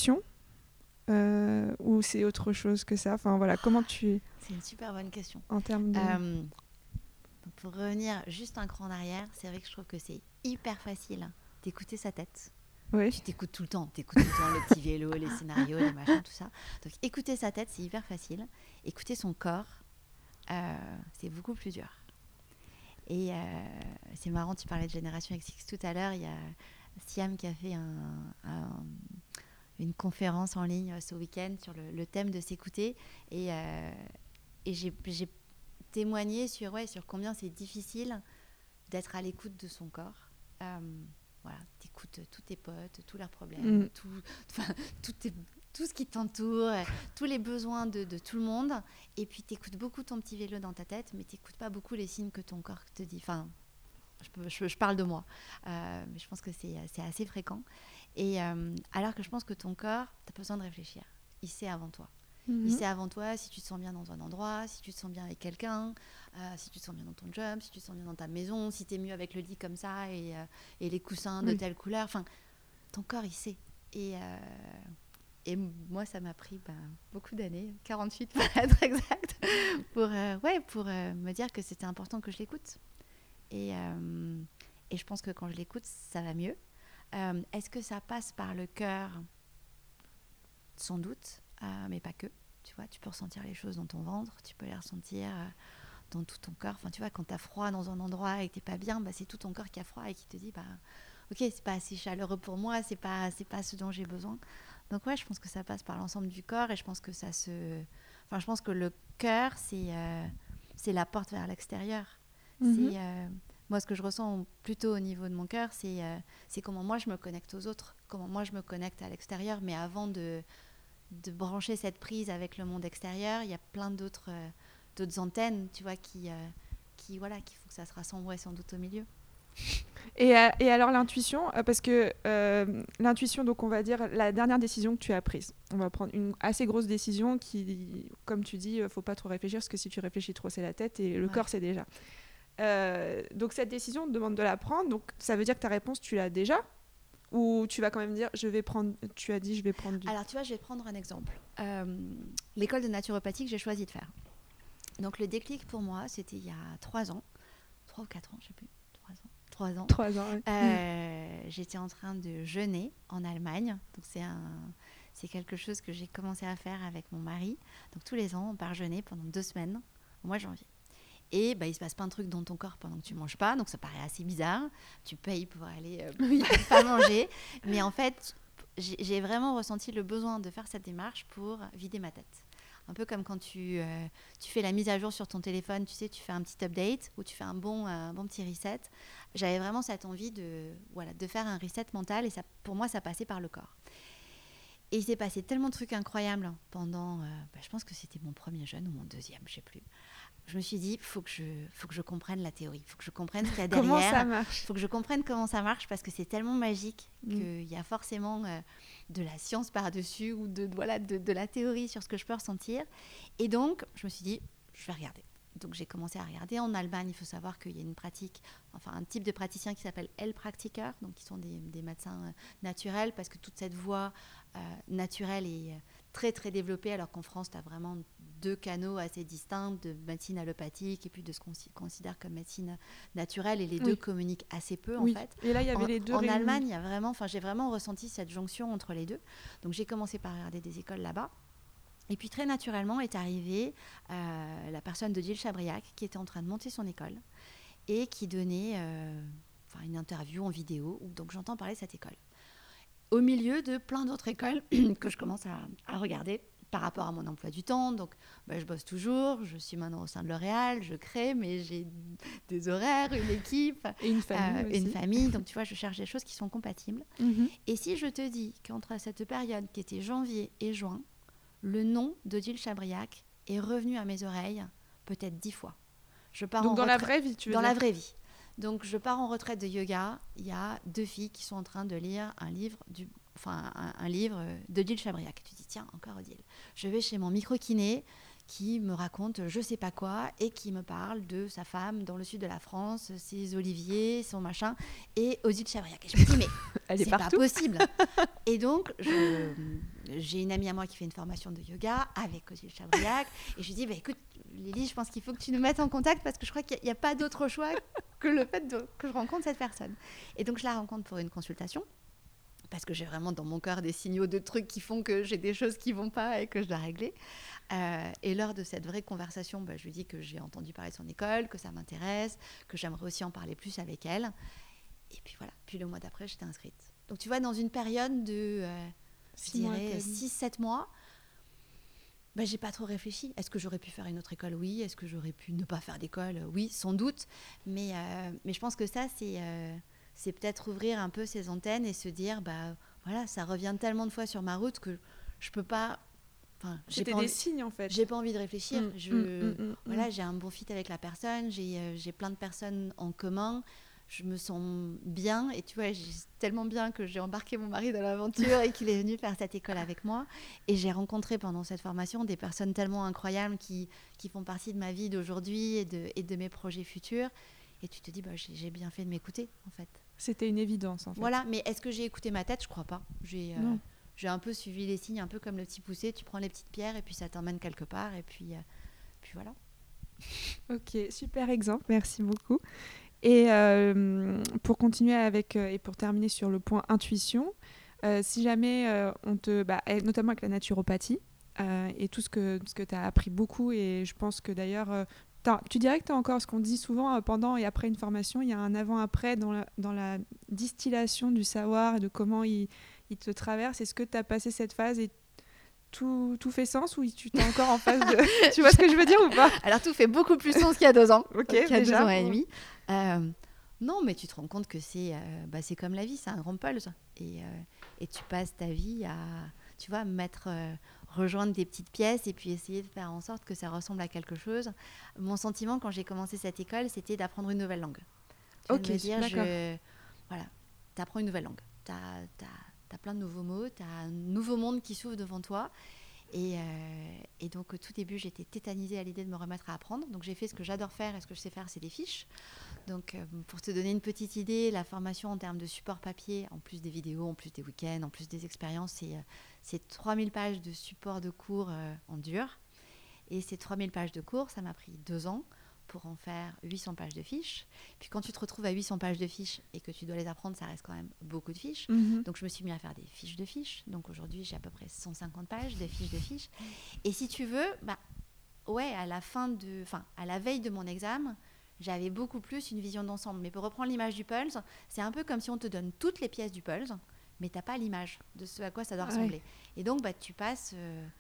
Ou c'est autre chose que ça ? Enfin voilà, comment tu... C'est une super bonne question. En termes de... Donc pour revenir juste un cran en arrière, c'est vrai que je trouve que c'est hyper facile d'écouter sa tête. Oui. Tu t'écoutes tout le temps. T'écoutes tout le temps le petit vélo, les scénarios, les machins, tout ça. Donc écouter sa tête, c'est hyper facile. Écouter son corps, c'est beaucoup plus dur. Et c'est marrant, tu parlais de Génération XX tout à l'heure. Il y a Siam qui a fait une conférence en ligne ce week-end sur le thème de s'écouter, et j'ai témoigné sur combien c'est difficile d'être à l'écoute de son corps. Voilà, t'écoutes tous tes potes, tous leurs problèmes, tout tout ce qui t'entoure, tous les besoins de tout le monde. Et puis, tu écoutes beaucoup ton petit vélo dans ta tête, mais tu n'écoutes pas beaucoup les signes que ton corps te dit. Enfin, je parle de moi, mais je pense que c'est assez fréquent. Et alors que je pense que ton corps, tu n'as pas besoin de réfléchir. Il sait avant toi. Il sait avant toi si tu te sens bien dans un endroit, si tu te sens bien avec quelqu'un, si tu te sens bien dans ton job, si tu te sens bien dans ta maison, si tu es mieux avec le lit comme ça et les coussins de telle couleur. Enfin, ton corps, il sait. Et moi, ça m'a pris beaucoup d'années, 48 pour être exact, pour me dire que c'était important que je l'écoute. Et je pense que quand je l'écoute, ça va mieux. Est-ce que ça passe par le cœur ? Sans doute, mais pas que. Tu vois, tu peux ressentir les choses dans ton ventre, tu peux les ressentir dans tout ton corps. Enfin, tu vois, quand tu as froid dans un endroit et que tu n'es pas bien, c'est tout ton corps qui a froid et qui te dit ok, c'est pas assez chaleureux pour moi, c'est pas ce dont j'ai besoin. Donc ouais, je pense que ça passe par l'ensemble du corps et je pense que je pense que le cœur, c'est la porte vers l'extérieur. Moi, ce que je ressens plutôt au niveau de mon cœur, c'est comment moi je me connecte aux autres, comment moi je me connecte à l'extérieur. Mais avant de brancher cette prise avec le monde extérieur, il y a plein d'autres antennes, tu vois, qui font que ça se rassemble sans doute au milieu. Et alors l'intuition, parce que l'intuition, donc on va dire la dernière décision que tu as prise. On va prendre une assez grosse décision qui, comme tu dis, faut pas trop réfléchir, parce que si tu réfléchis trop, c'est la tête et le corps, c'est déjà. Donc cette décision, on te demande de la prendre, donc ça veut dire que ta réponse, tu l'as déjà ? Ou tu vas quand même dire, tu as dit, je vais prendre Alors, tu vois, je vais te prendre un exemple. L'école de naturopathie que j'ai choisi de faire. Donc, le déclic pour moi, c'était il y a 3 ans. 3 ou 4 ans, je ne sais plus. 3 ans. 3 ans, oui. J'étais en train de jeûner en Allemagne. Donc, c'est quelque chose que j'ai commencé à faire avec mon mari. Donc, tous les ans, on part jeûner pendant 2 semaines, au mois de janvier. Et il se passe plein de trucs dans ton corps pendant que tu manges pas, donc ça paraît assez bizarre. Tu payes pour aller pas manger, mais en fait, j'ai vraiment ressenti le besoin de faire cette démarche pour vider ma tête. Un peu comme quand tu fais la mise à jour sur ton téléphone, tu sais, tu fais un petit update ou tu fais un bon petit reset. J'avais vraiment cette envie de faire un reset mental et ça, pour moi, ça passait par le corps. Et il s'est passé tellement de trucs incroyables pendant, je pense que c'était mon premier jeûne ou mon deuxième, je sais plus. Je me suis dit, faut que je comprenne la théorie, faut que je comprenne ce qu'il y a derrière. Comment ça marche ? Faut que je comprenne comment ça marche parce que c'est tellement magique qu'il y a forcément de la science par-dessus ou de la théorie sur ce que je peux ressentir. Et donc, je me suis dit, je vais regarder. Donc, j'ai commencé à regarder. En Allemagne, il faut savoir qu'il y a une pratique, enfin un type de praticien qui s'appelle Heilpraktiker, donc qui sont des médecins naturels parce que toute cette voie naturelle est très, très développée, alors qu'en France, tu as vraiment 2 canaux assez distincts de médecine allopathique et puis de ce qu'on considère comme médecine naturelle et les deux communiquent assez peu en fait. Et là, il y avait les deux en Allemagne, il y a vraiment, j'ai vraiment ressenti cette jonction entre les deux. Donc, j'ai commencé par regarder des écoles là-bas. Et puis très naturellement est arrivée la personne de Gilles Chabriac qui était en train de monter son école et qui donnait une interview en vidéo. Donc j'entends parler de cette école. Au milieu de plein d'autres écoles que je commence à regarder par rapport à mon emploi du temps. Donc je bosse toujours, je suis maintenant au sein de L'Oréal, je crée, mais j'ai des horaires, une équipe. Et une famille aussi. Une famille, donc tu vois, je cherche des choses qui sont compatibles. Et si je te dis qu'entre cette période qui était janvier et juin, le nom d'Odile Chabriac est revenu à mes oreilles peut-être 10 fois. Donc dans la vraie vie, tu veux dire ? Dans la vraie vie. Donc je pars en retraite de yoga, il y a 2 filles qui sont en train de lire un livre d'Odile Chabriac. Tu dis, tiens, encore Odile. Je vais chez mon micro-kiné qui me raconte je sais pas quoi et qui me parle de sa femme dans le sud de la France, ses oliviers, son machin, et Odile Chabriac. Et je me dis, mais elle est c'est partout. Pas possible. Et donc, j'ai une amie à moi qui fait une formation de yoga avec Odile Chabriac, et je lui dis, écoute, Lily, je pense qu'il faut que tu nous mettes en contact parce que je crois qu'il n'y a pas d'autre choix que le fait que je rencontre cette personne. Et donc, je la rencontre pour une consultation. Parce que j'ai vraiment dans mon cœur des signaux de trucs qui font que j'ai des choses qui ne vont pas et que je dois régler. Et lors de cette vraie conversation, je lui dis que j'ai entendu parler de son école, que ça m'intéresse, que j'aimerais aussi en parler plus avec elle. Et puis voilà, puis le mois d'après, j'étais inscrite. Donc tu vois, dans une période de, 6-7 mois, j'ai pas trop réfléchi. Est-ce que j'aurais pu faire une autre école ? Oui. Est-ce que j'aurais pu ne pas faire d'école ? Oui, sans doute. Mais je pense que ça, c'est peut-être ouvrir un peu ses antennes et se dire, ça revient tellement de fois sur ma route que je peux pas... C'était des signes, en fait. J'ai pas envie de réfléchir. Voilà, j'ai un bon fit avec la personne, j'ai plein de personnes en commun. Je me sens bien et tu vois, tellement bien que j'ai embarqué mon mari dans l'aventure et qu'il est venu faire cette école avec moi. Et j'ai rencontré pendant cette formation des personnes tellement incroyables qui font partie de ma vie d'aujourd'hui et de mes projets futurs. Et tu te dis, j'ai bien fait de m'écouter, en fait. C'était une évidence, en fait. Voilà, mais est-ce que j'ai écouté ma tête ? Je crois pas. J'ai un peu suivi les signes, un peu comme le petit poussé. Tu prends les petites pierres et puis ça t'emmène quelque part. Et puis voilà. Ok, super exemple, merci beaucoup. Et pour continuer avec, et pour terminer sur le point intuition, si jamais on te... notamment avec la naturopathie, et tout ce que tu as appris beaucoup, et je pense que d'ailleurs... tu dirais que tu as encore ce qu'on dit souvent pendant et après une formation, il y a un avant-après dans la distillation du savoir et de comment il te traverse. Est-ce que tu as passé cette phase et tout fait sens ou tu es encore en phase de... Tu vois ce que je veux dire ou pas ? Alors tout fait beaucoup plus sens qu'il y a 2 ans, qu'il y a 2 ans et demi. Non, mais tu te rends compte que c'est comme la vie, c'est un grand pulse. Et tu passes ta vie à, tu vois, rejoindre des petites pièces et puis essayer de faire en sorte que ça ressemble à quelque chose. Mon sentiment quand j'ai commencé cette école, c'était d'apprendre une nouvelle langue. Ok, de me dire, d'accord. Voilà, tu apprends une nouvelle langue. Tu as plein de nouveaux mots, tu as un nouveau monde qui s'ouvre devant toi. Et donc, au tout début, j'étais tétanisée à l'idée de me remettre à apprendre. Donc, j'ai fait ce que j'adore faire et ce que je sais faire, c'est des fiches. Donc, pour te donner une petite idée, la formation en termes de support papier, en plus des vidéos, en plus des week-ends, en plus des expériences, c'est 3000 pages de support de cours en dur. Et ces 3000 pages de cours, ça m'a pris 2 ans pour en faire 800 pages de fiches. Puis quand tu te retrouves à 800 pages de fiches et que tu dois les apprendre, ça reste quand même beaucoup de fiches. Mm-hmm. Donc je me suis mis à faire des fiches de fiches. Donc aujourd'hui, j'ai à peu près 150 pages de fiches de fiches. Et si tu veux, à la veille de mon examen, j'avais beaucoup plus une vision d'ensemble. Mais pour reprendre l'image du puzzle, c'est un peu comme si on te donne toutes les pièces du puzzle, mais tu n'as pas l'image de ce à quoi ça doit ressembler. Ouais. Et donc, tu passes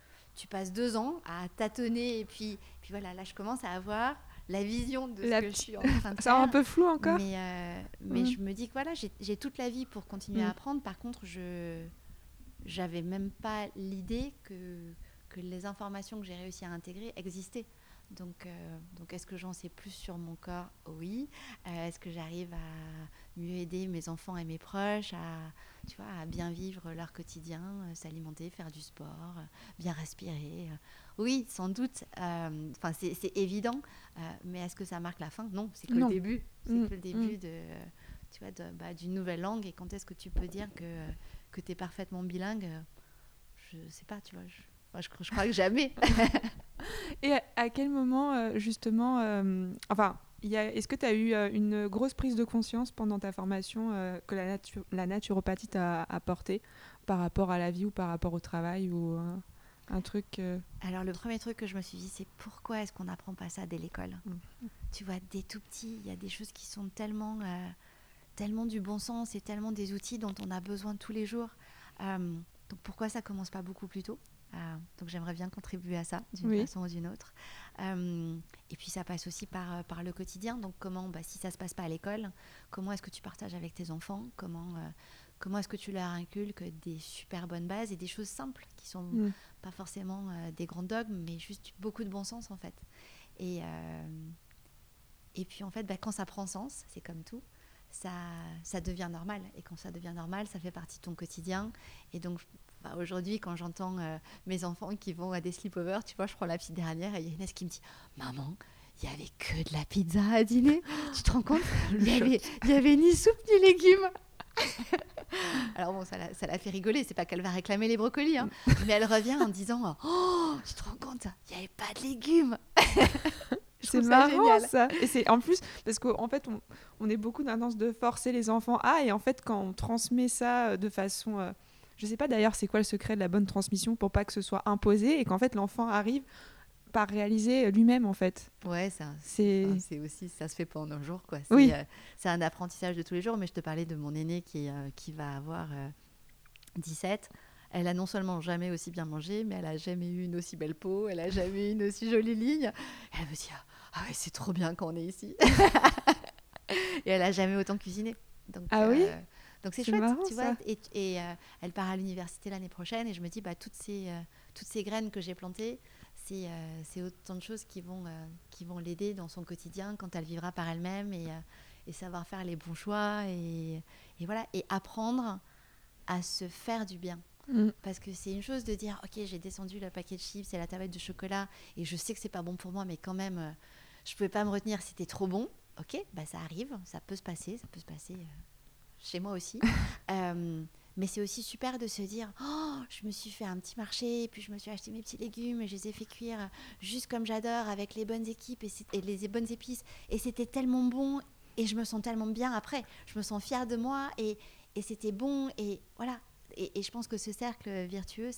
2 ans à tâtonner. Et puis voilà, là, je commence à avoir la vision de ce que je suis en train de faire. C'est un peu flou encore. Mais je me dis que voilà, j'ai toute la vie pour continuer à apprendre. Par contre, j'avais même pas l'idée que les informations que j'ai réussi à intégrer existaient. Donc est-ce que j'en sais plus sur mon corps ? Oui. Est-ce que j'arrive à mieux aider mes enfants et mes proches à bien vivre leur quotidien, s'alimenter, faire du sport, bien respirer ? Oui, sans doute. C'est évident. Mais est-ce que ça marque la fin ? Non, c'est que le début. C'est que le début d'une nouvelle langue. Et quand est-ce que tu peux dire que tu es parfaitement bilingue ? Je sais pas, tu vois. Je crois que jamais. Et à quel moment, justement, est-ce que tu as eu une grosse prise de conscience pendant ta formation que la naturopathie t'a apporté par rapport à la vie ou par rapport au travail ou un truc Alors, le premier truc que je me suis dit, c'est pourquoi est-ce qu'on n'apprend pas ça dès l'école ? Tu vois, dès tout petit, il y a des choses qui sont tellement du bon sens et tellement des outils dont on a besoin tous les jours. Donc, pourquoi ça commence pas beaucoup plus tôt ? Donc j'aimerais bien contribuer à ça d'une façon ou d'une autre. Et puis ça passe aussi par le quotidien. Donc comment, si ça se passe pas à l'école, comment est-ce que tu partages avec tes enfants ? Comment est-ce que tu leur inculques des super bonnes bases et des choses simples qui sont pas forcément des grands dogmes, mais juste beaucoup de bon sens en fait. Et puis en fait, quand ça prend sens, c'est comme tout. Ça devient normal. Et quand ça devient normal, ça fait partie de ton quotidien. Et donc, aujourd'hui, quand j'entends mes enfants qui vont à des sleepovers, tu vois, je prends la petite dernière et il y a Inès qui me dit « Maman, il n'y avait que de la pizza à dîner. Tu te rends compte ? Il y avait ni soupe ni légumes. » Alors bon, ça la fait rigoler. C'est pas qu'elle va réclamer les brocolis, hein, mais elle revient en disant « Oh, tu te rends compte ? Il n'y avait pas de légumes. » C'est marrant ça. Et c'est en plus parce qu'en fait on est beaucoup dans tendance de forcer les enfants et en fait quand on transmet ça de façon je sais pas d'ailleurs c'est quoi le secret de la bonne transmission pour pas que ce soit imposé et qu'en fait l'enfant arrive par réaliser lui-même en fait. Ouais, c'est aussi ça se fait pas en un jour quoi. C'est un apprentissage de tous les jours. Mais je te parlais de mon aînée qui va avoir 17. Elle a non seulement jamais aussi bien mangé, mais elle a jamais eu une aussi belle peau, elle a jamais eu une aussi jolie ligne. Elle me dit ah ouais, c'est trop bien quand on est ici. Et elle a jamais autant cuisiné. Donc, oui. Donc c'est chouette, marrant, tu vois. Et elle part à l'université l'année prochaine et je me dis, toutes ces graines que j'ai plantées, c'est autant de choses qui vont l'aider dans son quotidien quand elle vivra par elle-même et savoir faire les bons choix et voilà, et apprendre à se faire du bien. Parce que c'est une chose de dire, ok, j'ai descendu le paquet de chips et la tablette de chocolat et je sais que c'est pas bon pour moi, mais quand même, je pouvais pas me retenir, c'était trop bon. Ok, ça arrive, ça peut se passer chez moi aussi. Mais c'est aussi super de se dire, je me suis fait un petit marché, et puis je me suis acheté mes petits légumes et je les ai fait cuire juste comme j'adore, avec les bonnes équipes et les bonnes épices. Et c'était tellement bon et je me sens tellement bien après. Je me sens fière de moi et c'était bon et voilà. Et je pense que ce cercle vertueux,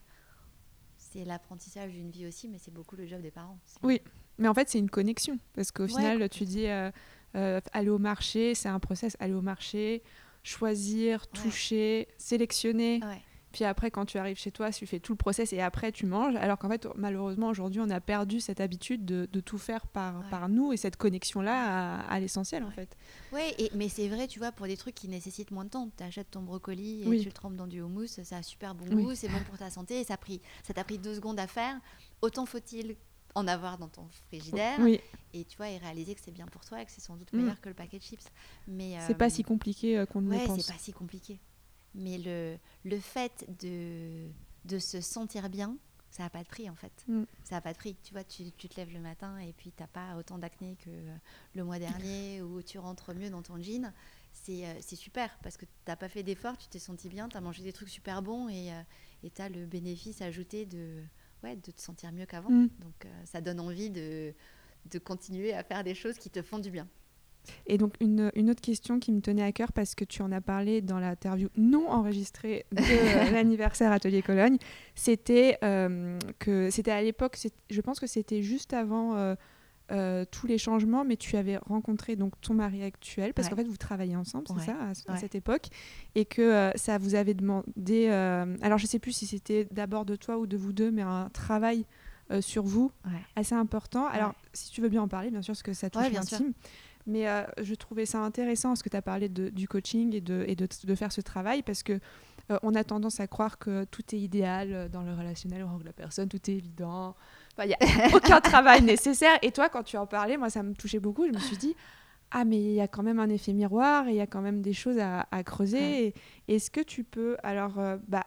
c'est l'apprentissage d'une vie aussi, mais c'est beaucoup le job des parents. Oui, mais en fait, c'est une connexion. Parce qu'au final, tu dis aller au marché, c'est un process. Aller au marché, choisir, toucher, sélectionner. Ouais. Puis après, quand tu arrives chez toi, tu fais tout le process et après, tu manges. Alors qu'en fait, malheureusement, aujourd'hui, on a perdu cette habitude de tout faire par nous et cette connexion-là à l'essentiel, en fait. Oui, mais c'est vrai, tu vois, pour des trucs qui nécessitent moins de temps. Tu achètes ton brocoli et tu le trempes dans du houmous, ça a super bon goût, c'est bon pour ta santé et ça t'a pris 2 secondes à faire. Autant faut-il en avoir dans ton frigidaire et tu vois, et réaliser que c'est bien pour toi et que c'est sans doute meilleur que le paquet de chips. Mais c'est pas si compliqué qu'on ne le pense. C'est pas si compliqué. Mais le fait de se sentir bien, ça n'a pas de prix en fait. Ça n'a pas de prix. Tu vois, tu te lèves le matin et puis tu n'as pas autant d'acné que le mois dernier ou tu rentres mieux dans ton jean. C'est super parce que tu n'as pas fait d'effort, tu t'es senti bien, tu as mangé des trucs super bons et tu as le bénéfice ajouté de te sentir mieux qu'avant. Donc ça donne envie de continuer à faire des choses qui te font du bien. Et donc, une autre question qui me tenait à cœur, parce que tu en as parlé dans l'interview non enregistrée de l'anniversaire Atelier Cologne, c'était que c'était à l'époque, je pense que c'était juste avant tous les changements, mais tu avais rencontré donc ton mari actuel, parce qu'en fait, vous travailliez ensemble, c'est ça, à cette époque, et que ça vous avait demandé, alors je ne sais plus si c'était d'abord de toi ou de vous deux, mais un travail sur vous assez important. Alors, si tu veux bien en parler, bien sûr, parce que ça touche l'intime. Mais je trouvais ça intéressant parce que tu as parlé du coaching et de faire ce travail parce que on a tendance à croire que tout est idéal dans le relationnel, que la personne, tout est évident. Il n'y a aucun travail nécessaire. Et toi, quand tu en parlais, moi, ça me touchait beaucoup. Je me suis dit, mais il y a quand même un effet miroir et il y a quand même des choses à creuser. Et est-ce que tu peux, alors,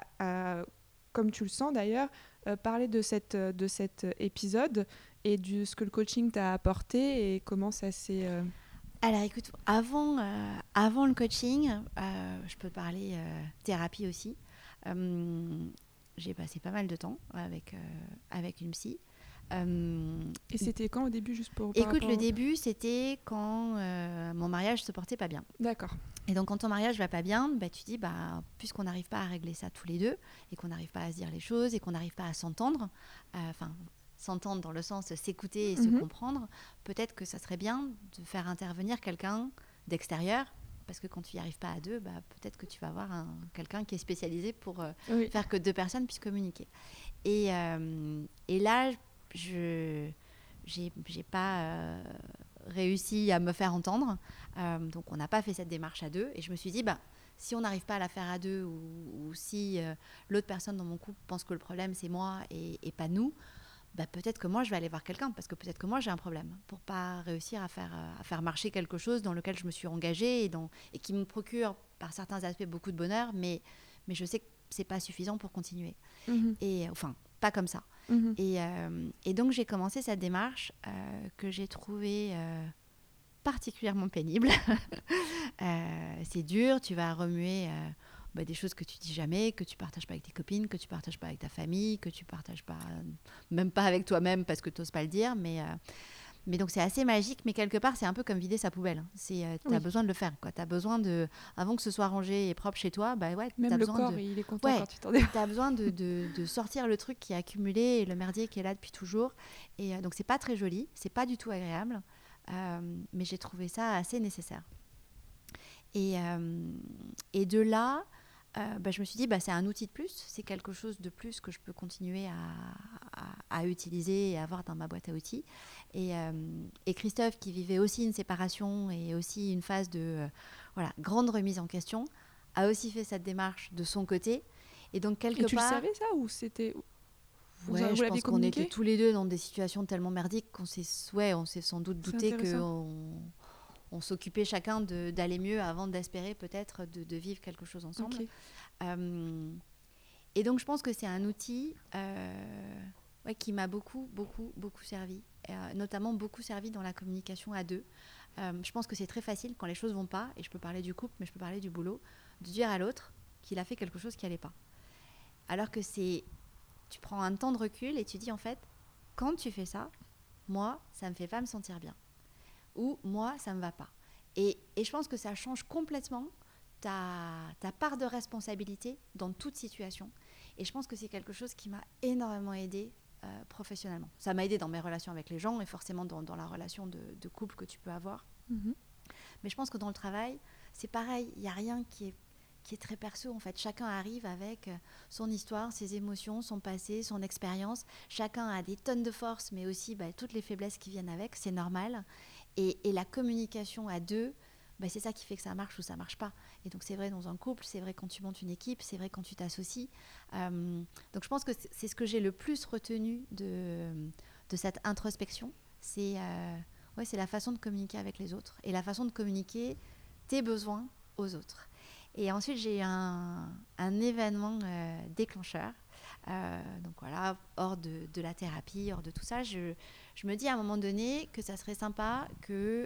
comme tu le sens d'ailleurs, parler de cet épisode et de ce que le coaching t'a apporté et comment ça s'est... Alors écoute, avant le coaching, je peux te parler thérapie aussi. J'ai passé pas mal de temps avec une psy. Et c'était quand au début, juste pour... Écoute, le début, c'était quand mon mariage se portait pas bien. D'accord. Et donc, quand ton mariage va pas bien, tu dis, puisqu'on n'arrive pas à régler ça tous les deux, et qu'on n'arrive pas à se dire les choses, et qu'on n'arrive pas à s'entendre, s'entendre dans le sens s'écouter et se comprendre, peut-être que ça serait bien de faire intervenir quelqu'un d'extérieur, parce que quand tu n'y arrives pas à deux, peut-être que tu vas avoir quelqu'un qui est spécialisé pour faire que 2 personnes puissent communiquer. Et là, j'ai pas réussi à me faire entendre, donc on n'a pas fait cette démarche à 2, et je me suis dit, si on n'arrive pas à la faire à 2, ou si l'autre personne dans mon couple pense que le problème c'est moi et pas nous, peut-être que moi je vais aller voir quelqu'un, parce que peut-être que moi j'ai un problème pour pas réussir à faire marcher quelque chose dans lequel je me suis engagée et qui me procure par certains aspects beaucoup de bonheur, mais je sais que c'est pas suffisant pour continuer. Et enfin pas comme ça. Et donc j'ai commencé cette démarche que j'ai trouvée particulièrement pénible. C'est dur, tu vas remuer des choses que tu dis jamais, que tu partages pas avec tes copines, que tu partages pas avec ta famille, que tu partages pas, même pas avec toi-même parce que tu n'oses pas le dire. Mais donc c'est assez magique, mais quelque part c'est un peu comme vider sa poubelle. Tu as besoin de le faire, quoi. Tu as besoin avant que ce soit rangé et propre chez toi, même t'as le corps, il est content quand tu t'en débarrasses. Tu as besoin de sortir le truc qui est accumulé et le merdier qui est là depuis toujours. Et donc c'est pas très joli, c'est pas du tout agréable, mais j'ai trouvé ça assez nécessaire. Et de là, je me suis dit, c'est un outil de plus, c'est quelque chose de plus que je peux continuer à utiliser et avoir dans ma boîte à outils. Et Christophe, qui vivait aussi une séparation et aussi une phase de grande remise en question, a aussi fait cette démarche de son côté. Et donc, quelque Et tu part... le savais ça ou c'était... Ouais, je pense qu'on communiqué? était tous les deux dans des situations tellement merdiques qu'on s'est sans doute douté qu'on s'occupait chacun d'aller mieux avant d'espérer peut-être de vivre quelque chose ensemble. Okay. Et donc, je pense que c'est un outil qui m'a beaucoup servi, notamment beaucoup servi dans la communication à deux. Je pense que c'est très facile quand les choses vont pas, et je peux parler du couple, mais je peux parler du boulot, de dire à l'autre qu'il a fait quelque chose qui allait pas. Alors que tu prends un temps de recul et tu dis en fait, quand tu fais ça, moi, ça me fait pas me sentir bien. Ou moi, ça me va pas. Et je pense que ça change complètement ta part de responsabilité dans toute situation. Et je pense que c'est quelque chose qui m'a énormément aidée professionnellement. Ça m'a aidée dans mes relations avec les gens et forcément dans la relation de couple que tu peux avoir. Mm-hmm. Mais je pense que dans le travail, c'est pareil. Il n'y a rien qui est très perso. En fait, chacun arrive avec son histoire, ses émotions, son passé, son expérience. Chacun a des tonnes de force, mais aussi toutes les faiblesses qui viennent avec. C'est normal. Et la communication à deux, c'est ça qui fait que ça marche ou ça marche pas. Et donc c'est vrai dans un couple, c'est vrai quand tu montes une équipe, c'est vrai quand tu t'associes. Donc je pense que c'est ce que j'ai le plus retenu de cette introspection. C'est la façon de communiquer avec les autres et la façon de communiquer tes besoins aux autres. Et ensuite, j'ai eu un événement déclencheur. Donc voilà, hors de la thérapie, hors de tout ça, je me dis à un moment donné que ça serait sympa que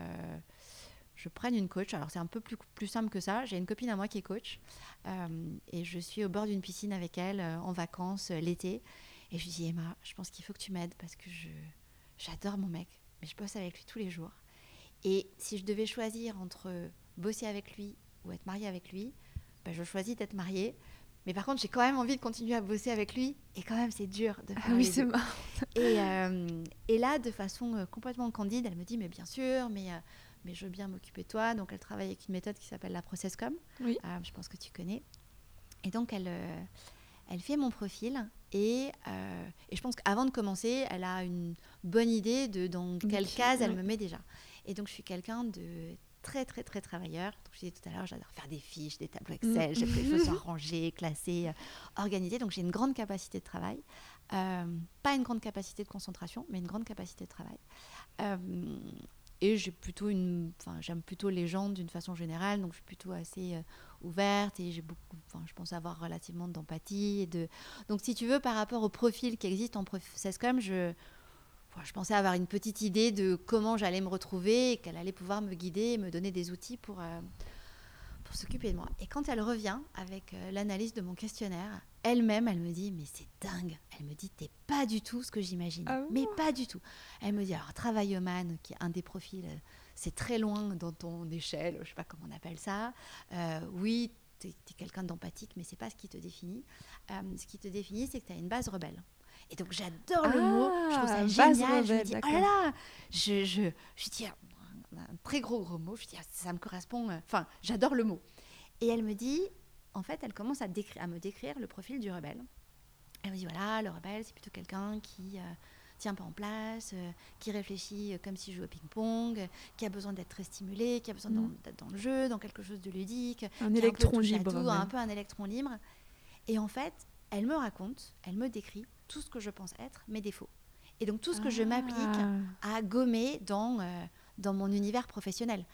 je prenne une coach. Alors, c'est un peu plus simple que ça. J'ai une copine à moi qui est coach et je suis au bord d'une piscine avec elle en vacances l'été. Et je lui dis, Emma, je pense qu'il faut que tu m'aides parce que j'adore mon mec, mais je bosse avec lui tous les jours. Et si je devais choisir entre bosser avec lui ou être mariée avec lui, je choisis d'être mariée. Mais par contre, j'ai quand même envie de continuer à bosser avec lui. Et quand même, c'est dur de faire les c'est deux. marrant. Et là, de façon complètement candide, elle me dit, mais bien sûr, mais je veux bien m'occuper de toi. Donc, elle travaille avec une méthode qui s'appelle la ProcessCom. Oui. Je pense que tu connais. Et donc, elle fait mon profil. Et je pense qu'avant de commencer, elle a une bonne idée de dans quelle case elle me met déjà. Et donc, je suis quelqu'un de très, très, très travailleur. Donc, je disais tout à l'heure, j'adore faire des fiches, des tableaux Excel. J'aime que les choses soient rangées, classées, organisées. Donc, j'ai une grande capacité de travail. Pas une grande capacité de concentration, mais une grande capacité de travail. Et j'aime plutôt les gens d'une façon générale. Donc, je suis plutôt assez ouverte et je pense avoir relativement d'empathie. Donc, si tu veux, par rapport au profil qui existe en ProcessCom, je pensais avoir une petite idée de comment j'allais me retrouver et qu'elle allait pouvoir me guider et me donner des outils pour s'occuper de moi. Et quand elle revient avec l'analyse de mon questionnaire, elle-même, elle me dit, mais c'est dingue. Elle me dit, t'es pas du tout ce que j'imagine. Ah bon ? Mais pas du tout. Elle me dit, alors, travailleman, qui est un des profils, c'est très loin dans ton échelle, je sais pas comment on appelle ça. Oui, t'es quelqu'un d'empathique, mais c'est pas ce qui te définit. Ce qui te définit, c'est que t'as une base rebelle. Et donc, j'adore le mot. Je trouve ça génial. Je me dis, oh là là, je dis un très gros mot. Je dis, ça me correspond. Enfin, j'adore le mot. Et elle me dit, en fait, elle commence à me décrire le profil du rebelle. Elle me dit, voilà, le rebelle, c'est plutôt quelqu'un qui tient pas en place, qui réfléchit comme s'il jouait au ping-pong, qui a besoin d'être très stimulé, qui a besoin d'être dans le jeu, dans quelque chose de ludique. Un électron libre. Un peu un électron libre. Et en fait, elle me décrit tout ce que je pense être mes défauts. Et donc, tout ce que je m'applique à gommer dans mon univers professionnel.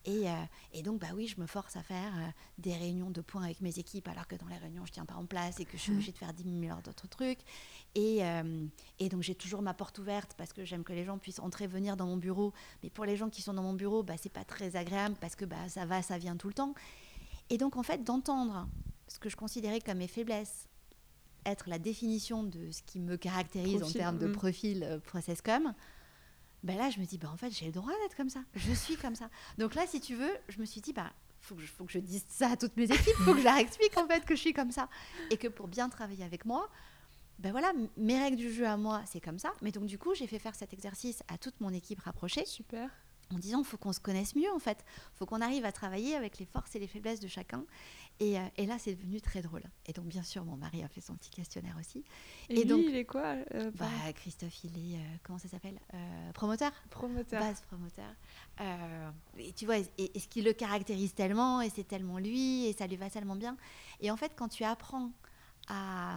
Et donc, oui, je me force à faire des réunions de points avec mes équipes, alors que dans les réunions, je ne tiens pas en place et que je suis obligée de faire 10 000 d'autres trucs. Et donc, j'ai toujours ma porte ouverte parce que j'aime que les gens puissent entrer, venir dans mon bureau. Mais pour les gens qui sont dans mon bureau, ce n'est pas très agréable parce que ça va, ça vient tout le temps. Et donc, en fait, d'entendre ce que je considérais comme mes faiblesses, être la définition de ce qui me caractérise en termes de profil ProcessCom, là, je me dis, en fait, j'ai le droit d'être comme ça. Je suis comme ça. Donc là, si tu veux, je me suis dit, faut que je dise ça à toutes mes équipes, faut que je leur explique en fait que je suis comme ça. Et que pour bien travailler avec moi, voilà, mes règles du jeu à moi, c'est comme ça. Mais donc, du coup, j'ai fait faire cet exercice à toute mon équipe rapprochée. Super. en disant il faut qu'on se connaisse mieux en fait, il faut qu'on arrive à travailler avec les forces et les faiblesses de chacun. Et là, c'est devenu très drôle. Et donc, bien sûr, mon mari a fait son petit questionnaire aussi. Et lui, donc, il est quoi Christophe, il est, comment ça s'appelle, promoteur. Promoteur. Base promoteur. Et tu vois, et ce qui le caractérise tellement, et c'est tellement lui, et ça lui va tellement bien. Et en fait, quand tu apprends à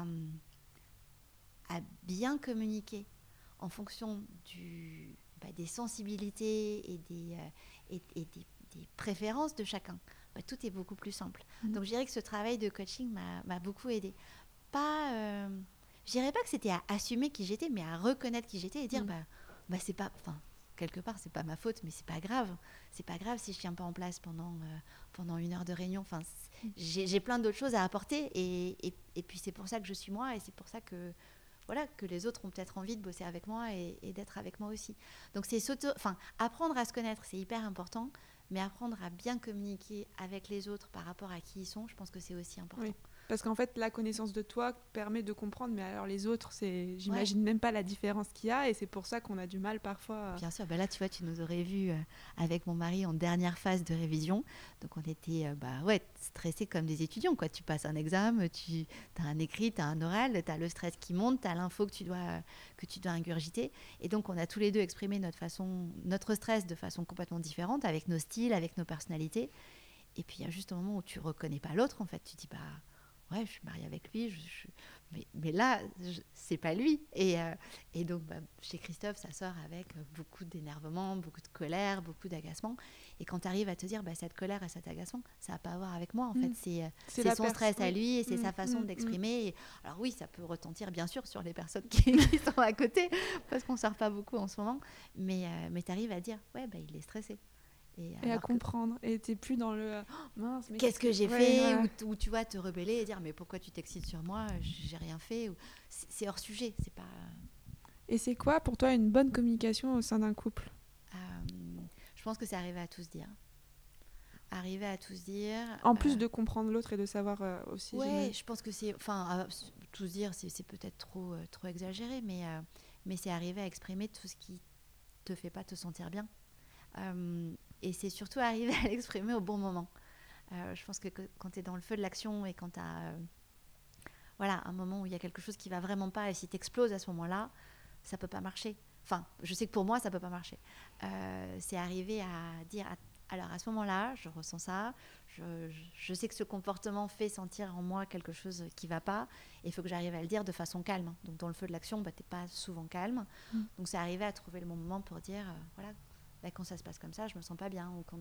bien communiquer en fonction des sensibilités et des préférences de chacun, tout est beaucoup plus simple. Donc je dirais que ce travail de coaching m'a beaucoup aidée. Je dirais pas que c'était à assumer qui j'étais, mais à reconnaître qui j'étais et dire c'est pas, quelque part c'est pas ma faute, mais c'est pas grave si je tiens pas en place pendant 1 heure de réunion. J'ai plein d'autres choses à apporter et puis c'est pour ça que je suis moi et c'est pour ça que les autres ont peut-être envie de bosser avec moi et d'être avec moi aussi. Donc c'est apprendre à se connaître, c'est hyper important, mais apprendre à bien communiquer avec les autres par rapport à qui ils sont, je pense que c'est aussi important. Oui. Parce qu'en fait, la connaissance de toi permet de comprendre, mais alors les autres, j'imagine même pas la différence qu'il y a, et c'est pour ça qu'on a du mal parfois. Bien sûr, là, tu vois, tu nous aurais vus avec mon mari en dernière phase de révision. Donc, on était stressés comme des étudiants, quoi. Tu passes un examen, tu as un écrit, tu as un oral, tu as le stress qui monte, tu as l'info que tu dois ingurgiter. Et donc, on a tous les deux exprimé notre stress de façon complètement différente, avec nos styles, avec nos personnalités. Et puis, il y a juste un moment où tu reconnais pas l'autre, en fait. Tu dis, ouais, je suis mariée avec lui, mais là, c'est pas lui. Et donc, chez Christophe, ça sort avec beaucoup d'énervement, beaucoup de colère, beaucoup d'agacement. Et quand tu arrives à te dire, cette colère et cet agacement, ça n'a pas à voir avec moi, en fait. C'est son stress à lui et c'est sa façon d'exprimer. Et, alors oui, ça peut retentir, bien sûr, sur les personnes qui sont à côté, parce qu'on ne sort pas beaucoup en ce moment. Mais tu arrives à dire, il est stressé. Et à comprendre. Et t'es plus dans le mince, mais qu'est-ce que j'ai fait, ou tu vas te rebeller et dire mais pourquoi tu t'excites sur moi, j'ai rien fait, c'est hors sujet, c'est pas. Et c'est quoi pour toi une bonne communication au sein d'un couple? Je pense que c'est arriver à tout se dire. En plus de comprendre l'autre et de savoir aussi. Ouais, je pense que c'est, tout se dire, c'est peut-être trop exagéré, mais c'est arriver à exprimer tout ce qui te fait pas te sentir bien. Et c'est surtout arriver à l'exprimer au bon moment. Je pense que quand tu es dans le feu de l'action et quand tu as un moment où il y a quelque chose qui va vraiment pas et si tu exploses à ce moment-là, ça peut pas marcher. Enfin, je sais que pour moi, ça peut pas marcher. C'est arriver à dire, alors à ce moment-là, je ressens ça, je sais que ce comportement fait sentir en moi quelque chose qui va pas et il faut que j'arrive à le dire de façon calme. Donc dans le feu de l'action, tu n'es pas souvent calme. Donc c'est arriver à trouver le bon moment pour dire, quand ça se passe comme ça, je me sens pas bien. Ou quand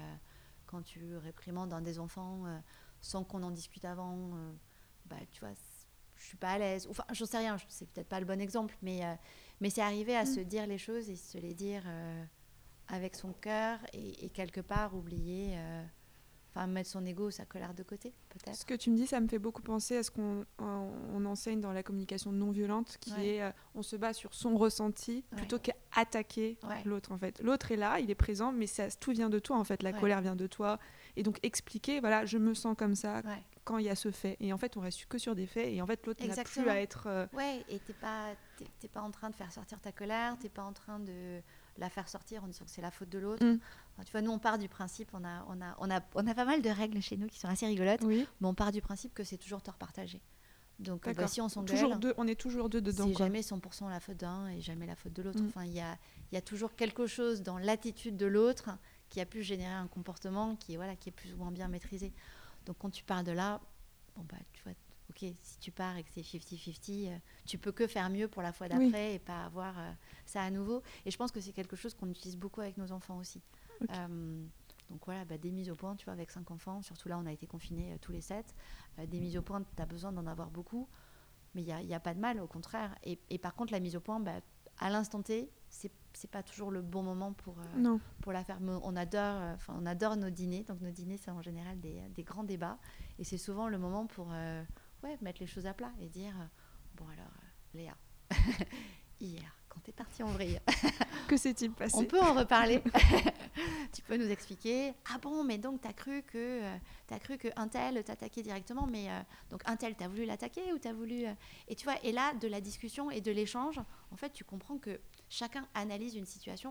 tu réprimandes un des enfants sans qu'on en discute avant, tu vois, je suis pas à l'aise. Enfin, j'en sais rien, c'est peut-être pas le bon exemple, mais c'est arriver à se dire les choses et se les dire avec son cœur et quelque part oublier, mettre son ego, sa colère de côté, peut-être. Ce que tu me dis, ça me fait beaucoup penser à ce qu'on enseigne dans la communication non violente, qui est on se base sur son ressenti plutôt qu'attaquer l'autre, en fait. L'autre est là, il est présent, mais tout vient de toi, en fait. La colère vient de toi. Et donc, expliquer, voilà, je me sens comme ça quand il y a ce fait. Et en fait, on reste que sur des faits. Et en fait, l'autre n'a plus à être... Ouais, et t'es pas en train de faire sortir ta colère, t'es pas en train de la faire sortir en disant que c'est la faute de l'autre. Enfin, tu vois, nous, on part du principe, on a pas mal de règles chez nous qui sont assez rigolotes, mais on part du principe que c'est toujours tort partagé. Donc, si on s'engueule, on est toujours deux dedans. C'est jamais 100% la faute d'un et jamais la faute de l'autre. Enfin, il y a toujours quelque chose dans l'attitude de l'autre qui a pu générer un comportement qui est plus ou moins bien maîtrisé. Donc, quand tu pars de là, tu vois, ok, si tu pars et que c'est 50-50, tu peux que faire mieux pour la fois d'après et pas avoir ça à nouveau. Et je pense que c'est quelque chose qu'on utilise beaucoup avec nos enfants aussi. Okay. Donc voilà, des mises au point, tu vois, avec 5 enfants, surtout là, on a été confinés tous les 7. Des mises au point, tu as besoin d'en avoir beaucoup, mais il n'y a pas de mal, au contraire. Et par contre, la mise au point, à l'instant T, c'est pas toujours le bon moment pour la faire. On adore nos dîners, donc nos dîners, c'est en général des grands débats, et c'est souvent le moment pour mettre les choses à plat et dire bon alors, Léa, hier, quand t'es partie en vrille, que s'est-il passé? On peut en reparler. Tu peux nous expliquer. Ah bon, mais donc t'as cru que un tel t'attaquait directement, mais donc un tel t'as voulu l'attaquer ou t'as voulu et tu vois, et là de la discussion et de l'échange, en fait, tu comprends que chacun analyse une situation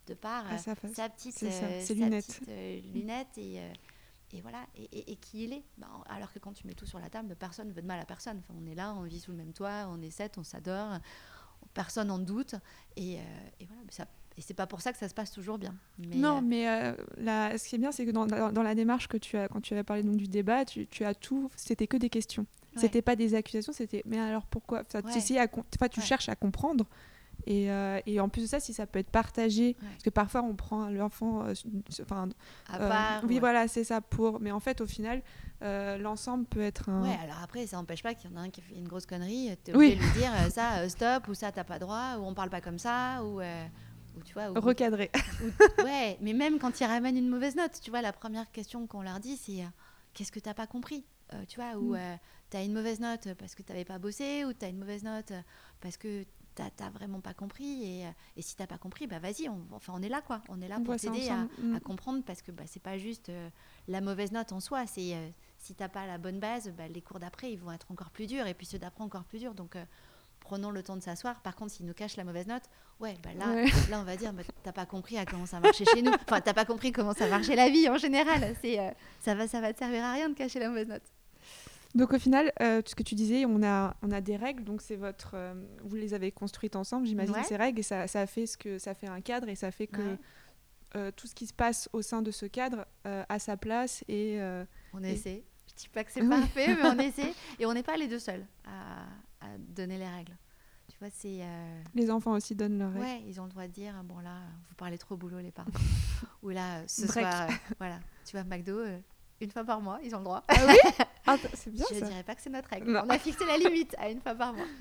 de par sa petite, ses lunettes. Lunette et voilà, et qui il est. Alors que quand tu mets tout sur la table, personne ne veut de mal à personne. Enfin, on est là, on vit sous le même toit, on est 7, on s'adore, personne n'en doute. Et voilà, et c'est pas pour ça que ça se passe toujours bien. Non, mais ce qui est bien, c'est que dans la démarche que tu as, quand tu avais parlé donc, du débat, tu as tout, c'était que des questions. Ouais. C'était pas des accusations, c'était mais alors pourquoi, tu cherches à comprendre. Et en plus de ça, si ça peut être partagé, parce que parfois on prend l'enfant, à part. Oui, voilà, c'est ça mais en fait, au final, l'ensemble peut être un. Ouais, alors après, ça n'empêche pas qu'il y en a un qui fait une grosse connerie, t'es obligé de lui dire ça, stop, ou ça, t'as pas droit, ou on parle pas comme ça, ou tu vois. Recadrer. Ouais, mais même quand ils ramènent une mauvaise note, tu vois, la première question qu'on leur dit, c'est qu'est-ce que t'as pas compris, tu vois, ou t'as une mauvaise note parce que t'avais pas bossé, ou t'as une mauvaise note parce que t'as vraiment pas compris, et si t'as pas compris, bah vas-y, on est là, quoi. On est là pour t'aider à comprendre, parce que c'est pas juste la mauvaise note en soi, c'est si t'as pas la bonne base, les cours d'après, ils vont être encore plus durs, et puis ceux d'après encore plus durs, donc prenons le temps de s'asseoir. Par contre, s'ils nous cachent la mauvaise note, là on va dire, t'as pas compris à comment ça marchait chez nous, enfin t'as pas compris comment ça marchait la vie en général, ça va te servir à rien de cacher la mauvaise note. Donc au final, ce que tu disais, on a des règles, donc c'est vous les avez construites ensemble, j'imagine, ces règles, et ça fait ça fait un cadre, et ça fait que tout ce qui se passe au sein de ce cadre a sa place, et on essaie. Je dis pas que c'est parfait, mais on essaie, et on n'est pas les deux seuls à donner les règles. Tu vois, c'est les enfants aussi donnent leurs règles. Ouais, ils ont le droit de dire bon là, vous parlez trop au boulot les parents, ou là ce soir, voilà, tu vas McDo. Une fois par mois, ils ont le droit. Ah oui. C'est bien. Je ne dirais pas que c'est notre règle. Non. On a fixé la limite à une fois par mois.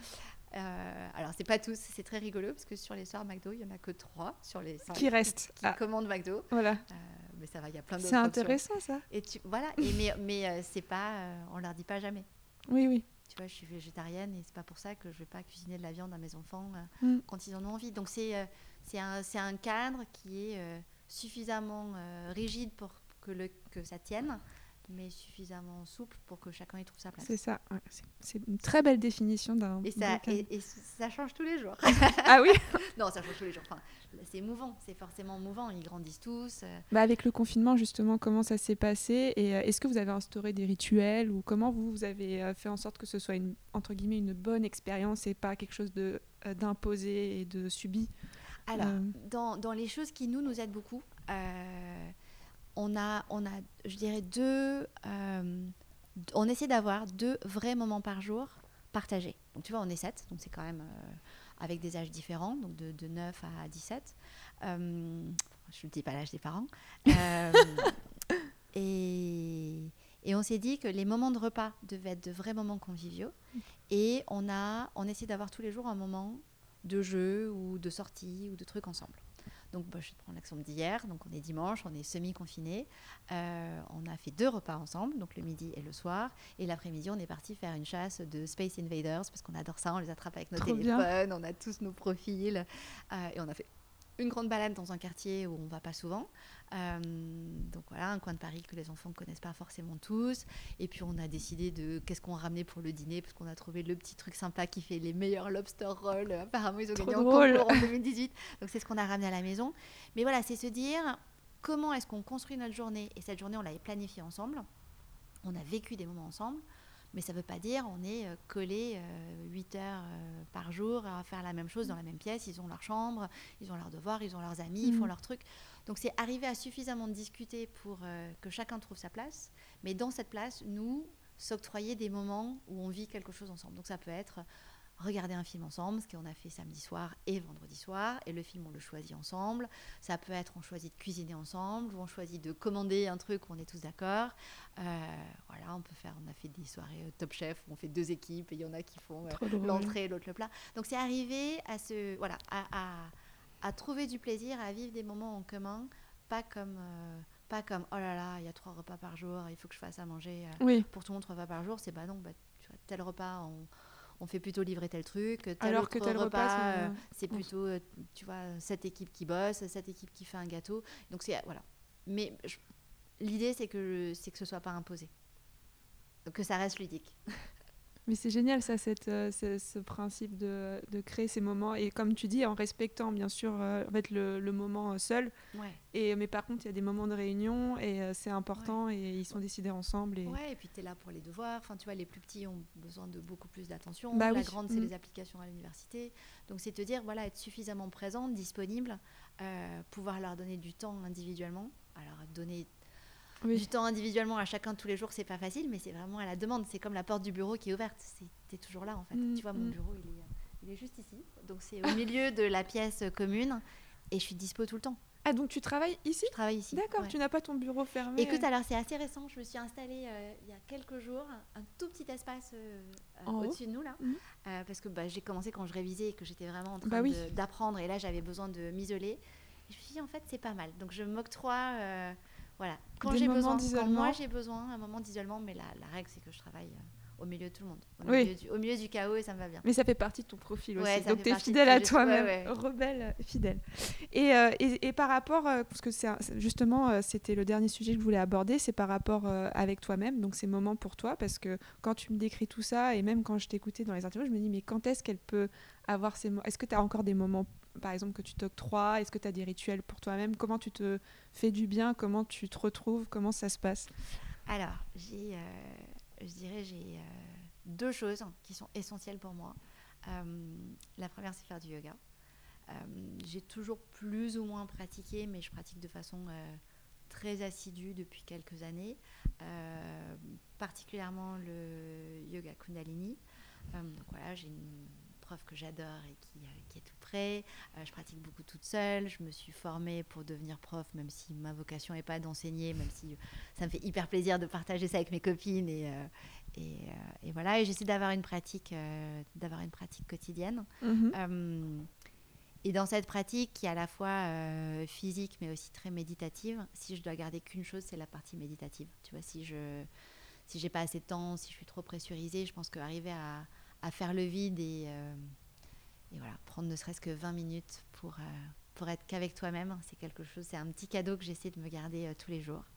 Alors, c'est pas tous, c'est très rigolo, parce que sur les soirs McDo, il y en a que 3 sur les 5 qui restent, qui commandent McDo. Voilà. Mais ça va, il y a plein d'autres. C'est intéressant options. Ça. Et voilà. Mais c'est pas, on leur dit pas jamais. Oui. Tu vois, je suis végétarienne, et c'est pas pour ça que je vais pas cuisiner de la viande à mes enfants quand ils en ont envie. Donc c'est un cadre qui est suffisamment rigide pour que ça tienne, mais suffisamment souple pour que chacun y trouve sa place. C'est ça, ouais. C'est une très belle définition d'un. Et ça change tous les jours. Ah oui. Non, ça change tous les jours. Enfin, c'est mouvant, c'est forcément mouvant. Ils grandissent tous. Avec le confinement, justement, comment ça s'est passé, et est-ce que vous avez instauré des rituels, ou comment vous avez fait en sorte que ce soit entre guillemets une bonne expérience et pas quelque chose d'imposé et de subi? Alors, dans les choses qui nous aident beaucoup, on a, je dirais, on essaie d'avoir 2 vrais moments par jour partagés. Donc, tu vois, on est 7, donc c'est quand même avec des âges différents, donc de 9 à 17. Je ne dis pas l'âge des parents. Et on s'est dit que les moments de repas devaient être de vrais moments conviviaux. Et on essaie d'avoir tous les jours un moment de jeu ou de sortie ou de trucs ensemble. Donc, je te prends l'exemple d'hier. Donc, on est dimanche, on est semi-confinés. On a fait 2 repas ensemble, donc le midi et le soir. Et l'après-midi, on est parti faire une chasse de Space Invaders, parce qu'on adore ça. On les attrape avec nos téléphones, on a tous nos profils. Et on a fait une grande balade dans un quartier où on ne va pas souvent. Donc voilà, un coin de Paris que les enfants ne connaissent pas forcément tous. Et puis on a décidé de qu'est-ce qu'on ramenait pour le dîner, parce qu'on a trouvé le petit truc sympa qui fait les meilleurs lobster rolls. Apparemment, ils ont gagné un concours en 2018. Donc c'est ce qu'on a ramené à la maison. Mais voilà, c'est se dire comment est-ce qu'on construit notre journée. Et cette journée, on l'avait planifiée ensemble. On a vécu des moments ensemble. Mais ça ne veut pas dire on est collés 8 heures par jour à faire la même chose dans la même pièce. Ils ont leur chambre, ils ont leurs devoirs, ils ont leurs amis, ils font leurs trucs. Donc c'est arriver à suffisamment discuter pour que chacun trouve sa place. Mais dans cette place, nous, s'octroyer des moments où on vit quelque chose ensemble. Donc ça peut être regarder un film ensemble, ce qu'on a fait samedi soir et vendredi soir, et le film on le choisit ensemble. Ça peut être on choisit de cuisiner ensemble, ou on choisit de commander un truc où on est tous d'accord. Voilà, on a fait des soirées Top Chef où on fait 2 équipes, et il y en a qui font l'entrée, l'autre le plat. Donc c'est arriver à trouver du plaisir, à vivre des moments en commun, pas comme oh là là, il y a 3 repas par jour, il faut que je fasse à manger pour tout le monde 3 repas par jour. C'est non, tu vois, tel repas on fait plutôt livrer tel truc, tel repas, c'est plutôt, tu vois, cette équipe qui bosse, cette équipe qui fait un gâteau. Donc, voilà. Mais l'idée, c'est que ce ne soit pas imposé. Donc, que ça reste ludique. Mais c'est génial ça, ce principe de créer ces moments et comme tu dis en respectant bien sûr en fait, le moment seul. Mais par contre il y a des moments de réunion et c'est important et ils sont décidés ensemble. Et puis tu es là pour les devoirs. Enfin, tu vois, les plus petits ont besoin de beaucoup plus d'attention. La grande, c'est les applications à l'université. Donc c'est te dire, voilà, être suffisamment présente, disponible, pouvoir leur donner du temps individuellement. Alors donner du temps individuellement à chacun tous les jours, c'est pas facile, mais c'est vraiment à la demande. C'est comme la porte du bureau qui est ouverte. T'es toujours là en fait. Tu vois, mon bureau, il est juste ici. Donc c'est au milieu de la pièce commune et je suis dispo tout le temps. Ah, donc tu travailles ici ? Je travaille ici. D'accord, tu n'as pas ton bureau fermé. Écoute, alors c'est assez récent. Je me suis installée il y a quelques jours, un tout petit espace au-dessus de nous là, parce que j'ai commencé quand je révisais et que j'étais vraiment en train d'apprendre et là j'avais besoin de m'isoler. Et je me suis dit en fait c'est pas mal. Donc je m'octroie, voilà, quand j'ai besoin, quand moi j'ai besoin, un moment d'isolement. Mais la règle c'est que je travaille au milieu de tout le monde, au milieu du chaos et ça me va bien. Mais ça fait partie de ton profil aussi, donc tu es fidèle à toi-même, rebelle, fidèle. Et par rapport, parce que justement c'était le dernier sujet que je voulais aborder, c'est par rapport avec toi-même, donc ces moments pour toi, parce que quand tu me décris tout ça, et même quand je t'écoutais dans les interviews, je me dis mais quand est-ce qu'elle peut avoir ces moments ? Est-ce que tu as encore des moments par exemple que tu t'octroies ? Est-ce que tu as des rituels pour toi-même ? Comment tu te fais du bien ? Comment tu te retrouves ? Comment ça se passe ? Alors, je dirais j'ai 2 choses qui sont essentielles pour moi. La première, c'est faire du yoga. J'ai toujours plus ou moins pratiqué, mais je pratique de façon très assidue depuis quelques années, particulièrement le yoga Kundalini. Donc voilà, j'ai une prof que j'adore et qui est tout près. Je pratique beaucoup toute seule. Je me suis formée pour devenir prof, même si ma vocation n'est pas d'enseigner, même si ça me fait hyper plaisir de partager ça avec mes copines. Et voilà, et j'essaie d'avoir une pratique quotidienne. Et dans cette pratique qui est à la fois physique, mais aussi très méditative, si je dois garder qu'une chose, c'est la partie méditative. Tu vois, si j'ai pas assez de temps, si je suis trop pressurisée, je pense qu'arriver à faire le vide et voilà, prendre ne serait-ce que 20 minutes pour être qu'avec toi-même, c'est un petit cadeau que j'essaie de me garder tous les jours.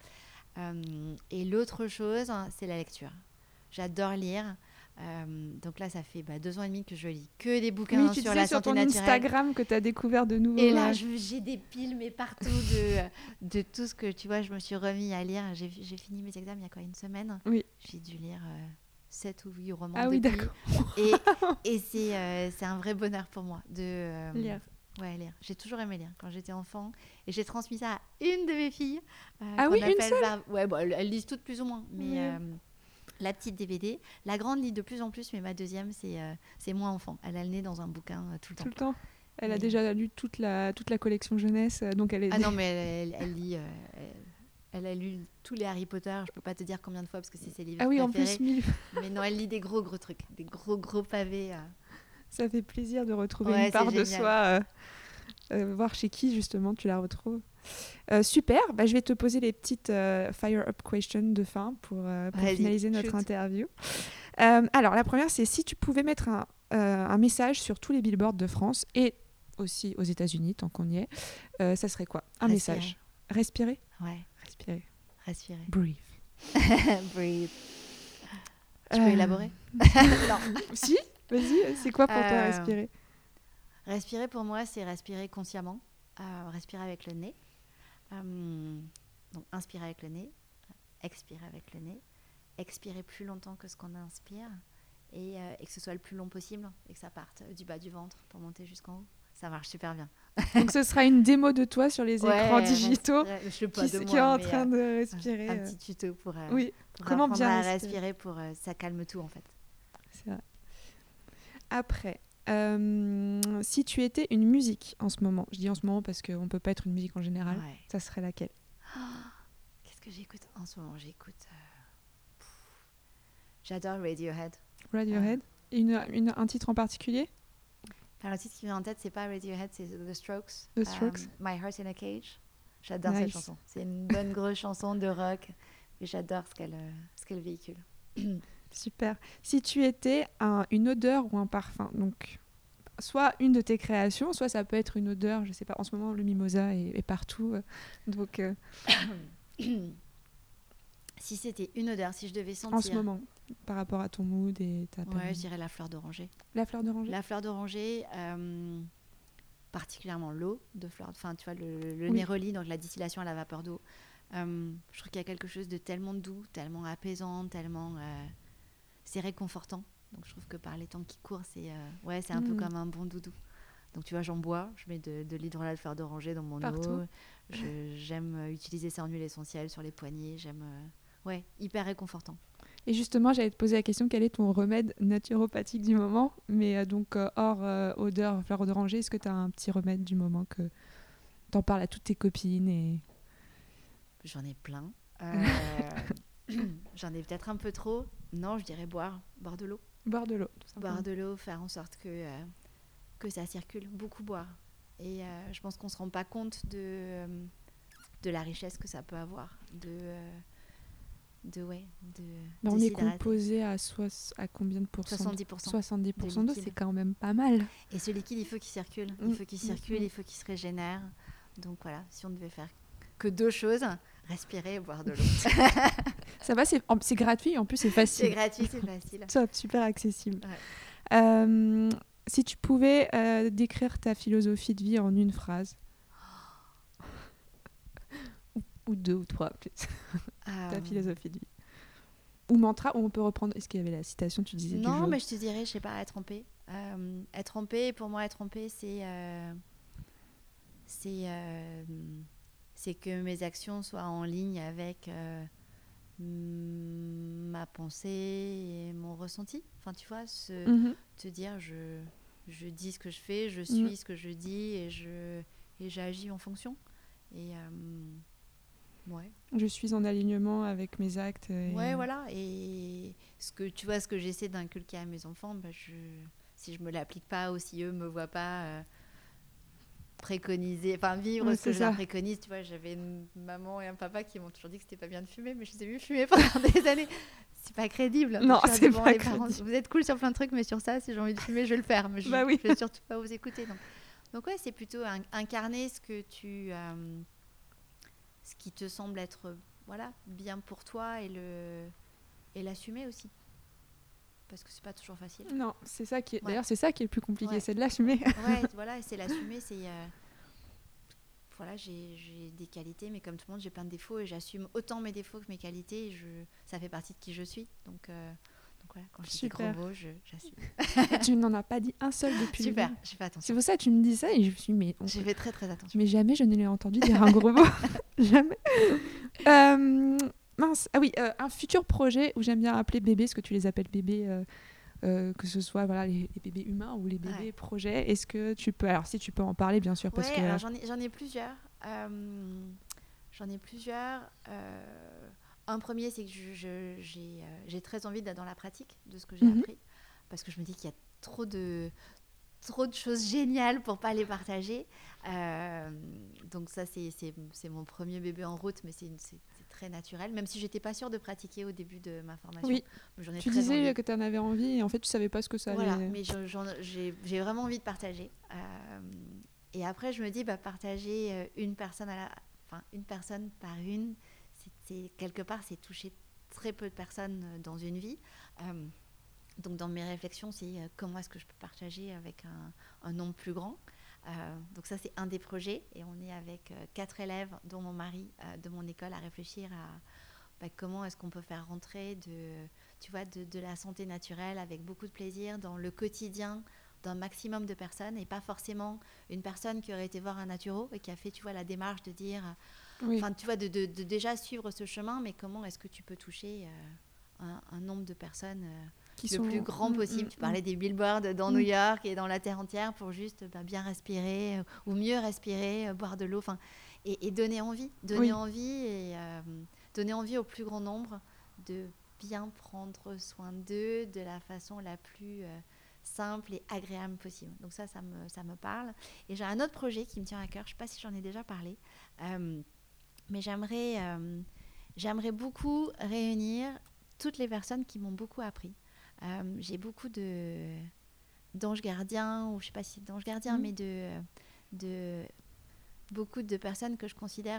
Et l'autre chose, c'est la lecture. J'adore lire. Donc là, ça fait 2 ans et demi que je lis que des bouquins sur la santé naturelle. Tu disais sur ton Instagram que tu as découvert de nouveaux... Et là, j'ai des piles, mais partout de tout ce que, tu vois, je me suis remis à lire. J'ai fini mes examens il y a quoi, une semaine ? Oui. J'ai dû lire 7 ou 8 romans depuis. D'accord. Et c'est un vrai bonheur pour moi de... lire. Ouais, lire. J'ai toujours aimé lire quand j'étais enfant. Et j'ai transmis ça à une de mes filles. Une seule ? Ouais, elles lisent toutes plus ou moins. Mais... la petite DVD. La grande lit de plus en plus, mais ma deuxième, c'est moins enfant. Elle a le nez dans un bouquin tout le temps. Tout le temps. Elle a déjà lu toute la collection jeunesse, donc elle est... Ah non, mais elle lit... elle a lu tous les Harry Potter. Je peux pas te dire combien de fois, parce que c'est ses livres préférés. En plus, 1000. Mais non, elle lit des gros trucs. Des gros pavés. Ça fait plaisir de retrouver une part de soi. Voir chez qui, justement, tu la retrouves. Super, je vais te poser les petites fire-up questions de fin pour finaliser notre interview. Alors, la première, c'est si tu pouvais mettre un message sur tous les billboards de France et aussi aux États-Unis, tant qu'on y est, ça serait quoi ? Un message. Respirer ? Ouais. Respirer. Breathe. Breathe. Tu peux élaborer ? Non. Si ? Vas-y, c'est quoi pour toi respirer ? Respirer, pour moi, c'est respirer consciemment. Respirer avec le nez. Donc, inspirer avec le nez. Expirer avec le nez. Expirer plus longtemps que ce qu'on inspire. Et que ce soit le plus long possible. Et que ça parte du bas du ventre pour monter jusqu'en haut. Ça marche super bien. Donc, ce sera une démo de toi sur les écrans digitaux qui est en train de respirer. Un petit tuto pour comment bien respirer. Ça calme tout, en fait. C'est vrai. Après... si tu étais une musique en ce moment, je dis en ce moment parce qu'on ne peut pas être une musique en général, ça serait laquelle ? Qu'est-ce que j'écoute en ce moment ? J'adore Radiohead. Radiohead ? Un titre en particulier ? Alors, le titre qui vient en tête, c'est pas Radiohead, c'est The Strokes. The Strokes. My Heart in a Cage. J'adore cette chanson. C'est une bonne grosse chanson de rock, mais j'adore ce qu'elle véhicule. Super. Si tu étais une odeur ou un parfum, donc soit une de tes créations, soit ça peut être une odeur, je sais pas, en ce moment le mimosa est partout, donc Si c'était une odeur, si je devais sentir... En ce moment, par rapport à ton mood et ta période. Ouais, je dirais la fleur d'oranger. La fleur d'oranger. La fleur d'oranger, particulièrement l'eau de fleur... Enfin, tu vois, le néroli, donc la distillation à la vapeur d'eau. Je trouve qu'il y a quelque chose de tellement doux, tellement apaisant, tellement... c'est réconfortant. Donc, je trouve que par les temps qui courent, c'est un peu comme un bon doudou. Donc, tu vois, j'en bois. Je mets de l'hydrolat de fleur d'oranger dans mon eau. J'aime utiliser ça en huile essentielle sur les poignets. J'aime... hyper réconfortant. Et justement, j'allais te poser la question, quel est ton remède naturopathique du moment? Mais donc, hors odeur, fleur d'oranger, est-ce que tu as un petit remède du moment que t'en parles à toutes tes copines et... J'en ai plein. J'en ai peut-être un peu trop. Non, je dirais boire de l'eau. Boire de l'eau, tout simplement. Boire de l'eau, faire en sorte que ça circule. Beaucoup boire. Et je pense qu'on ne se rend pas compte de la richesse que ça peut avoir. On est composé à combien de pourcents? 70% d'eau, c'est quand même pas mal. Et ce liquide, il faut qu'il circule. Il faut qu'il se régénère. Donc voilà, si on devait faire que 2 choses, respirer et boire de l'eau. Ça va, c'est gratuit, en plus c'est facile. C'est gratuit, c'est facile. Top, super accessible. Ouais. Si tu pouvais décrire ta philosophie de vie en une phrase, ou 2 ou 3 plus, ta philosophie de vie. Ou mantra, où on peut reprendre. Est-ce qu'il y avait la citation, tu disais? Non, mais je te dirais, je sais pas, être en paix. Être en paix, pour moi, être en paix, c'est que mes actions soient en ligne avec ma pensée et mon ressenti. Enfin, tu vois, te dire, je dis ce que je fais, je suis ce que je dis et j'agis en fonction. Et je suis en alignement avec mes actes. Ouais, voilà. Et ce que j'essaie d'inculquer à mes enfants, si je me l'applique pas ou si eux me voient pas préconiser, enfin vivre ce que je leur préconise. Tu vois, j'avais une maman et un papa qui m'ont toujours dit que c'était pas bien de fumer, mais je les ai vus fumer pendant des années. C'est pas crédible. Non, c'est pas crédible. Parents, vous êtes cool sur plein de trucs, mais sur ça, si j'ai envie de fumer, je vais le faire. Mais je vais surtout pas vous écouter. Donc ouais, c'est plutôt incarner ce qui te semble être bien pour toi et l'assumer aussi. Parce que c'est pas toujours facile. Non, c'est ça qui est... D'ailleurs, c'est ça qui est le plus compliqué, c'est de l'assumer. C'est l'assumer, j'ai des qualités, mais comme tout le monde, j'ai plein de défauts et j'assume autant mes défauts que mes qualités. Ça fait partie de qui je suis. Donc voilà, quand je dis des gros mots, j'assume. Tu n'en as pas dit un seul depuis. Super, j'ai fait attention. C'est pour ça que tu me dis ça et je me suis dit, j'ai fait très très attention. Mais jamais je ne l'ai entendu dire un gros mot. Jamais. Mince, un futur projet où j'aime bien appeler bébé, parce que tu les appelles bébés, que ce soit les bébés humains ou les bébés projets. Est-ce que tu peux, alors si tu peux en parler bien sûr, parce que alors j'en ai plusieurs. Un premier, c'est que j'ai très envie d'être dans la pratique de ce que j'ai appris, parce que je me dis qu'il y a trop de choses géniales pour pas les partager. Donc ça, c'est mon premier bébé en route, mais c'est très naturel, même si j'étais pas sûre de pratiquer au début de ma formation. Oui, tu disais que tu en avais envie et en fait tu savais pas ce que ça allait... Voilà, mais j'ai vraiment envie de partager. Et après, je me dis, partager une personne par une, c'est quelque part, c'est toucher très peu de personnes dans une vie. Donc dans mes réflexions, c'est comment est-ce que je peux partager avec un nombre plus grand. Donc ça, c'est un des projets. Et on est avec 4 élèves, dont mon mari, de mon école, à réfléchir à comment est-ce qu'on peut faire rentrer de la santé naturelle avec beaucoup de plaisir dans le quotidien d'un maximum de personnes, et pas forcément une personne qui aurait été voir un naturo et qui a fait la démarche de dire, de déjà suivre ce chemin, mais comment est-ce que tu peux toucher un nombre de personnes plus grand possible. Tu parlais des billboards dans New York et dans la terre entière pour juste bien respirer ou mieux respirer, boire de l'eau, et donner envie. Donner envie au plus grand nombre de bien prendre soin d'eux de la façon la plus simple et agréable possible. Donc ça me parle. Et j'ai un autre projet qui me tient à cœur. Je ne sais pas si j'en ai déjà parlé, mais j'aimerais beaucoup réunir toutes les personnes qui m'ont beaucoup appris. J'ai beaucoup d'anges gardiens, ou je ne sais pas si c'est d'anges gardiens, mais de beaucoup de personnes que je considère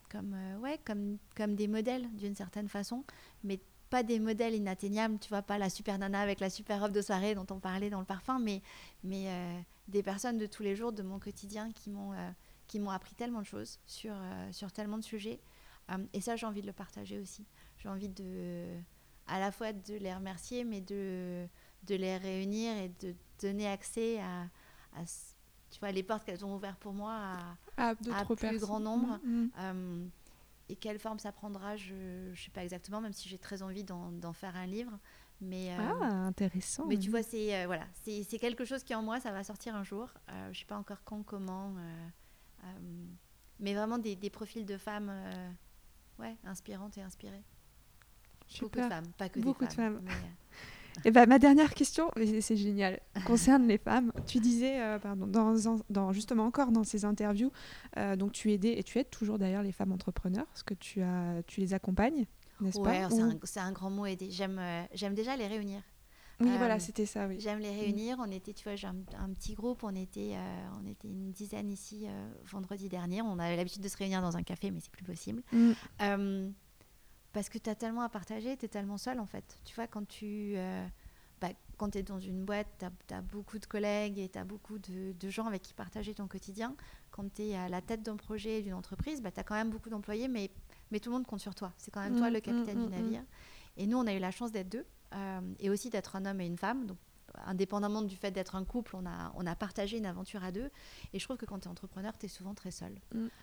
comme des modèles d'une certaine façon, mais pas des modèles inatteignables, tu vois, pas la super nana avec la super robe de soirée dont on parlait dans le parfum, mais des personnes de tous les jours de mon quotidien qui m'ont appris tellement de choses sur tellement de sujets. Et ça, j'ai envie de le partager aussi. J'ai envie à la fois de les remercier, mais de les réunir et de donner accès à tu vois, les portes qu'elles ont ouvertes pour moi à plus grand nombre. Et quelle forme ça prendra, je ne sais pas exactement, même si j'ai très envie d'en faire un livre. Mais, intéressant. Mais tu vois, c'est quelque chose qui en moi, ça va sortir un jour. Je ne sais pas encore quand, comment. Mais vraiment des profils de femmes inspirantes et inspirées. Super. Beaucoup de femmes, pas que Beaucoup des femmes. Mais, et bah, ma dernière question, c'est génial, concerne les femmes. Tu disais, justement encore dans ces interviews, donc tu aidais et tu aides toujours d'ailleurs les femmes entrepreneurs, parce que tu les accompagnes, n'est-ce pas? C'est un grand mot, aider. J'aime déjà les réunir. Oui, voilà, c'était ça, oui. J'aime les réunir. On était, tu vois, j'ai un petit groupe. On était une dizaine ici vendredi dernier. On avait l'habitude de se réunir dans un café, mais c'est plus possible. Parce que tu as tellement à partager, tu es tellement seule en fait. Tu vois, quand tu es dans une boîte, tu as beaucoup de collègues et tu as beaucoup de gens avec qui partager ton quotidien. Quand tu es à la tête d'un projet, d'une entreprise, tu as quand même beaucoup d'employés, mais tout le monde compte sur toi. C'est quand même toi le capitaine du navire. Et nous, on a eu la chance d'être deux et aussi d'être un homme et une femme. Donc, indépendamment du fait d'être un couple, on a partagé une aventure à deux. Et je trouve que quand tu es entrepreneur, tu es souvent très seul.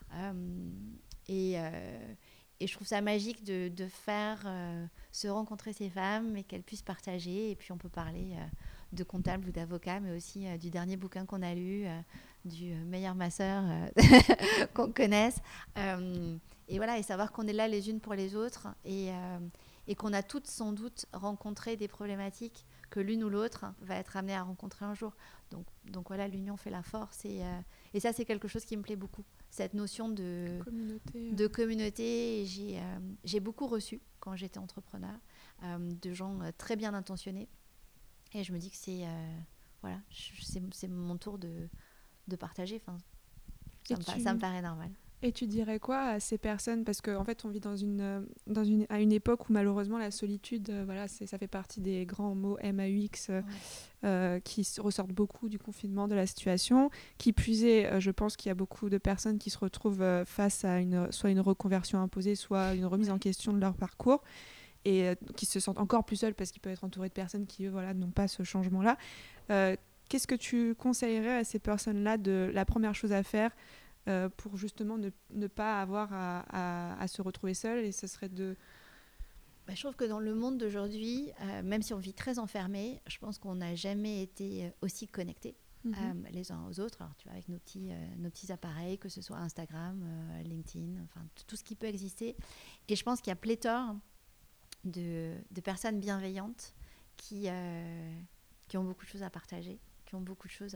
Et je trouve ça magique de faire se rencontrer ces femmes et qu'elles puissent partager. Et puis, on peut parler de comptable ou d'avocat, mais aussi du dernier bouquin qu'on a lu, du meilleur masseur qu'on connaisse. Et voilà, et savoir qu'on est là les unes pour les autres et qu'on a toutes sans doute rencontré des problématiques que l'une ou l'autre va être amenée à rencontrer un jour. Donc voilà, l'union fait la force. Et ça, c'est quelque chose qui me plaît beaucoup. Cette notion de communauté. Et j'ai beaucoup reçu quand j'étais entrepreneur de gens très bien intentionnés. Et je me dis que c'est mon tour de partager. Enfin, ça me paraît normal. Et tu dirais quoi à ces personnes, parce qu'en fait on vit à une époque où malheureusement la solitude, ça fait partie des grands mots MAUX qui ressortent beaucoup du confinement, de la situation. Qui plus est, je pense qu'il y a beaucoup de personnes qui se retrouvent face à soit une reconversion imposée, soit une remise en question de leur parcours et qui se sentent encore plus seuls parce qu'ils peuvent être entourés de personnes qui, eux, n'ont pas ce changement-là. Qu'est-ce que tu conseillerais à ces personnes-là la première chose à faire pour justement ne pas avoir à se retrouver seul, et ce serait je trouve que dans le monde d'aujourd'hui, même si on vit très enfermé, je pense qu'on n'a jamais été aussi connectés les uns aux autres. Alors, tu vois, avec nos petits appareils, que ce soit Instagram, LinkedIn, enfin tout ce qui peut exister. Et je pense qu'il y a pléthore de personnes bienveillantes qui ont beaucoup de choses à partager, qui ont beaucoup de choses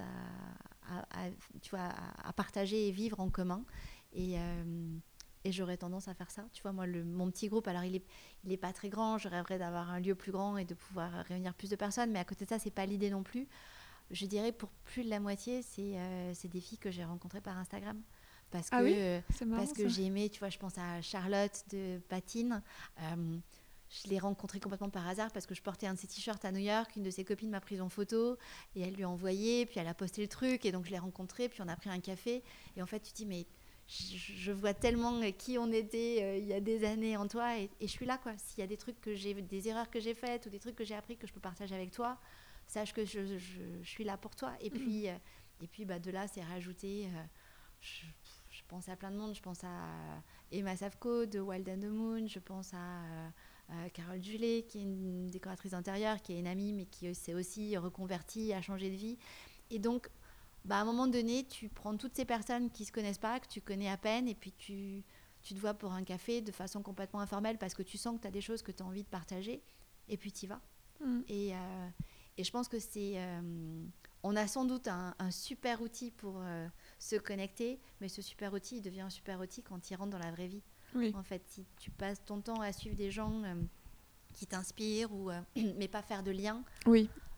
à partager et vivre en commun. Et j'aurais tendance à faire ça. Tu vois, moi, mon petit groupe, alors il est pas très grand. Je rêverais d'avoir un lieu plus grand et de pouvoir réunir plus de personnes. Mais à côté de ça, c'est pas l'idée non plus. Je dirais pour plus de la moitié, c'est des filles que j'ai rencontrées par Instagram. Parce que j'ai aimé, tu vois, je pense à Charlotte de Patine. Je l'ai rencontrée complètement par hasard parce que je portais un de ses t-shirts à New York. Une de ses copines m'a pris en photo et elle lui a envoyé. Puis elle a posté le truc et donc je l'ai rencontrée. Puis on a pris un café. Et en fait, tu te dis, mais je vois tellement qui on était il y a des années en toi. Et je suis là, quoi. S'il y a des erreurs que j'ai faites ou des trucs que j'ai appris que je peux partager avec toi, sache que je suis là pour toi. Et puis, de là, c'est rajouter... je pense à plein de monde. Je pense à Emma Savko de Wild and the Moon. Je pense à Carole Julet, qui est une décoratrice d'intérieur, qui est une amie, mais qui s'est aussi reconvertie, a changé de vie. Et donc, à un moment donné, tu prends toutes ces personnes qui ne se connaissent pas, que tu connais à peine, et puis tu te vois pour un café de façon complètement informelle parce que tu sens que tu as des choses que tu as envie de partager, et puis tu y vas. Et je pense que on a sans doute un super outil pour se connecter, mais ce super outil, il devient un super outil quand il rentre dans la vraie vie. Oui. En fait, si tu passes ton temps à suivre des gens qui t'inspirent, mais pas faire de lien, oui.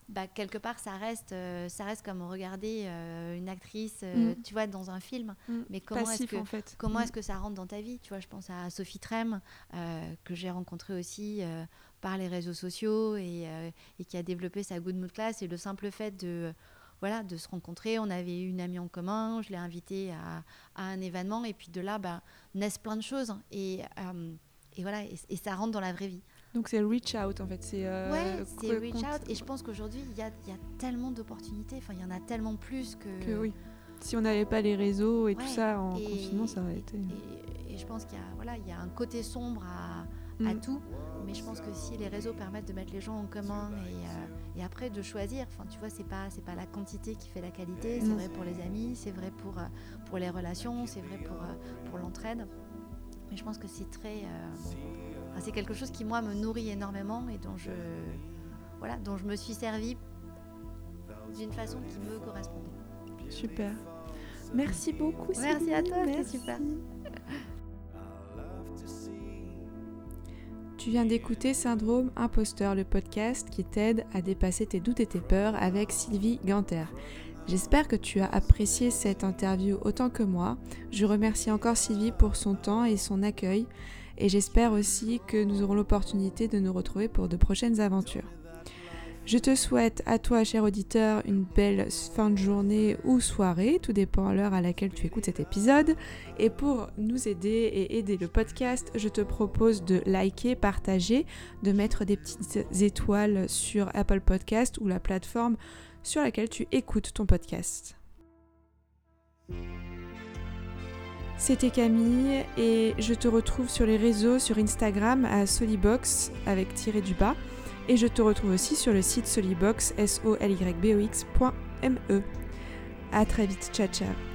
quelque part, ça reste comme regarder une actrice, tu vois, dans un film. Mais comment Passif, est-ce que ça rentre dans ta vie ? Tu vois, je pense à Sophie Trem, que j'ai rencontrée aussi par les réseaux sociaux et qui a développé sa Good Mood Class. Et le simple fait de se rencontrer, on avait une amie en commun, je l'ai invitée à un événement, et puis de là, naissent plein de choses. Et voilà, et ça rentre dans la vraie vie. Donc c'est reach out en fait. C'est reach out. Et je pense qu'aujourd'hui, il y a tellement d'opportunités. Enfin, il y en a tellement plus que oui. Si on n'avait pas les réseaux et tout ça en confinement, ça aurait été... Et je pense qu'il y a un côté sombre à tout. Mais je pense que si les réseaux permettent de mettre les gens en commun et après de choisir, enfin, tu vois, c'est pas la quantité qui fait la qualité. C'est vrai pour les amis, c'est vrai pour les relations, c'est vrai pour l'entraide. Mais je pense que c'est c'est quelque chose qui, moi, me nourrit énormément et dont je me suis servie d'une façon qui me correspondait. Super. Merci beaucoup, Sylvie. Merci à toi, c'était super. Tu viens d'écouter Syndrome Imposteur, le podcast qui t'aide à dépasser tes doutes et tes peurs avec Sylvie Ganter. J'espère que tu as apprécié cette interview autant que moi. Je remercie encore Sylvie pour son temps et son accueil. Et j'espère aussi que nous aurons l'opportunité de nous retrouver pour de prochaines aventures. Je te souhaite à toi, cher auditeur, une belle fin de journée ou soirée, tout dépend de l'heure à laquelle tu écoutes cet épisode. Et pour nous aider et aider le podcast, je te propose de liker, partager, de mettre des petites étoiles sur Apple Podcast ou la plateforme sur laquelle tu écoutes ton podcast. C'était Camille et je te retrouve sur les réseaux, sur Instagram à Solibox avec tiré du bas, et je te retrouve aussi sur le site solibox, solybox.me. À très vite, ciao ciao.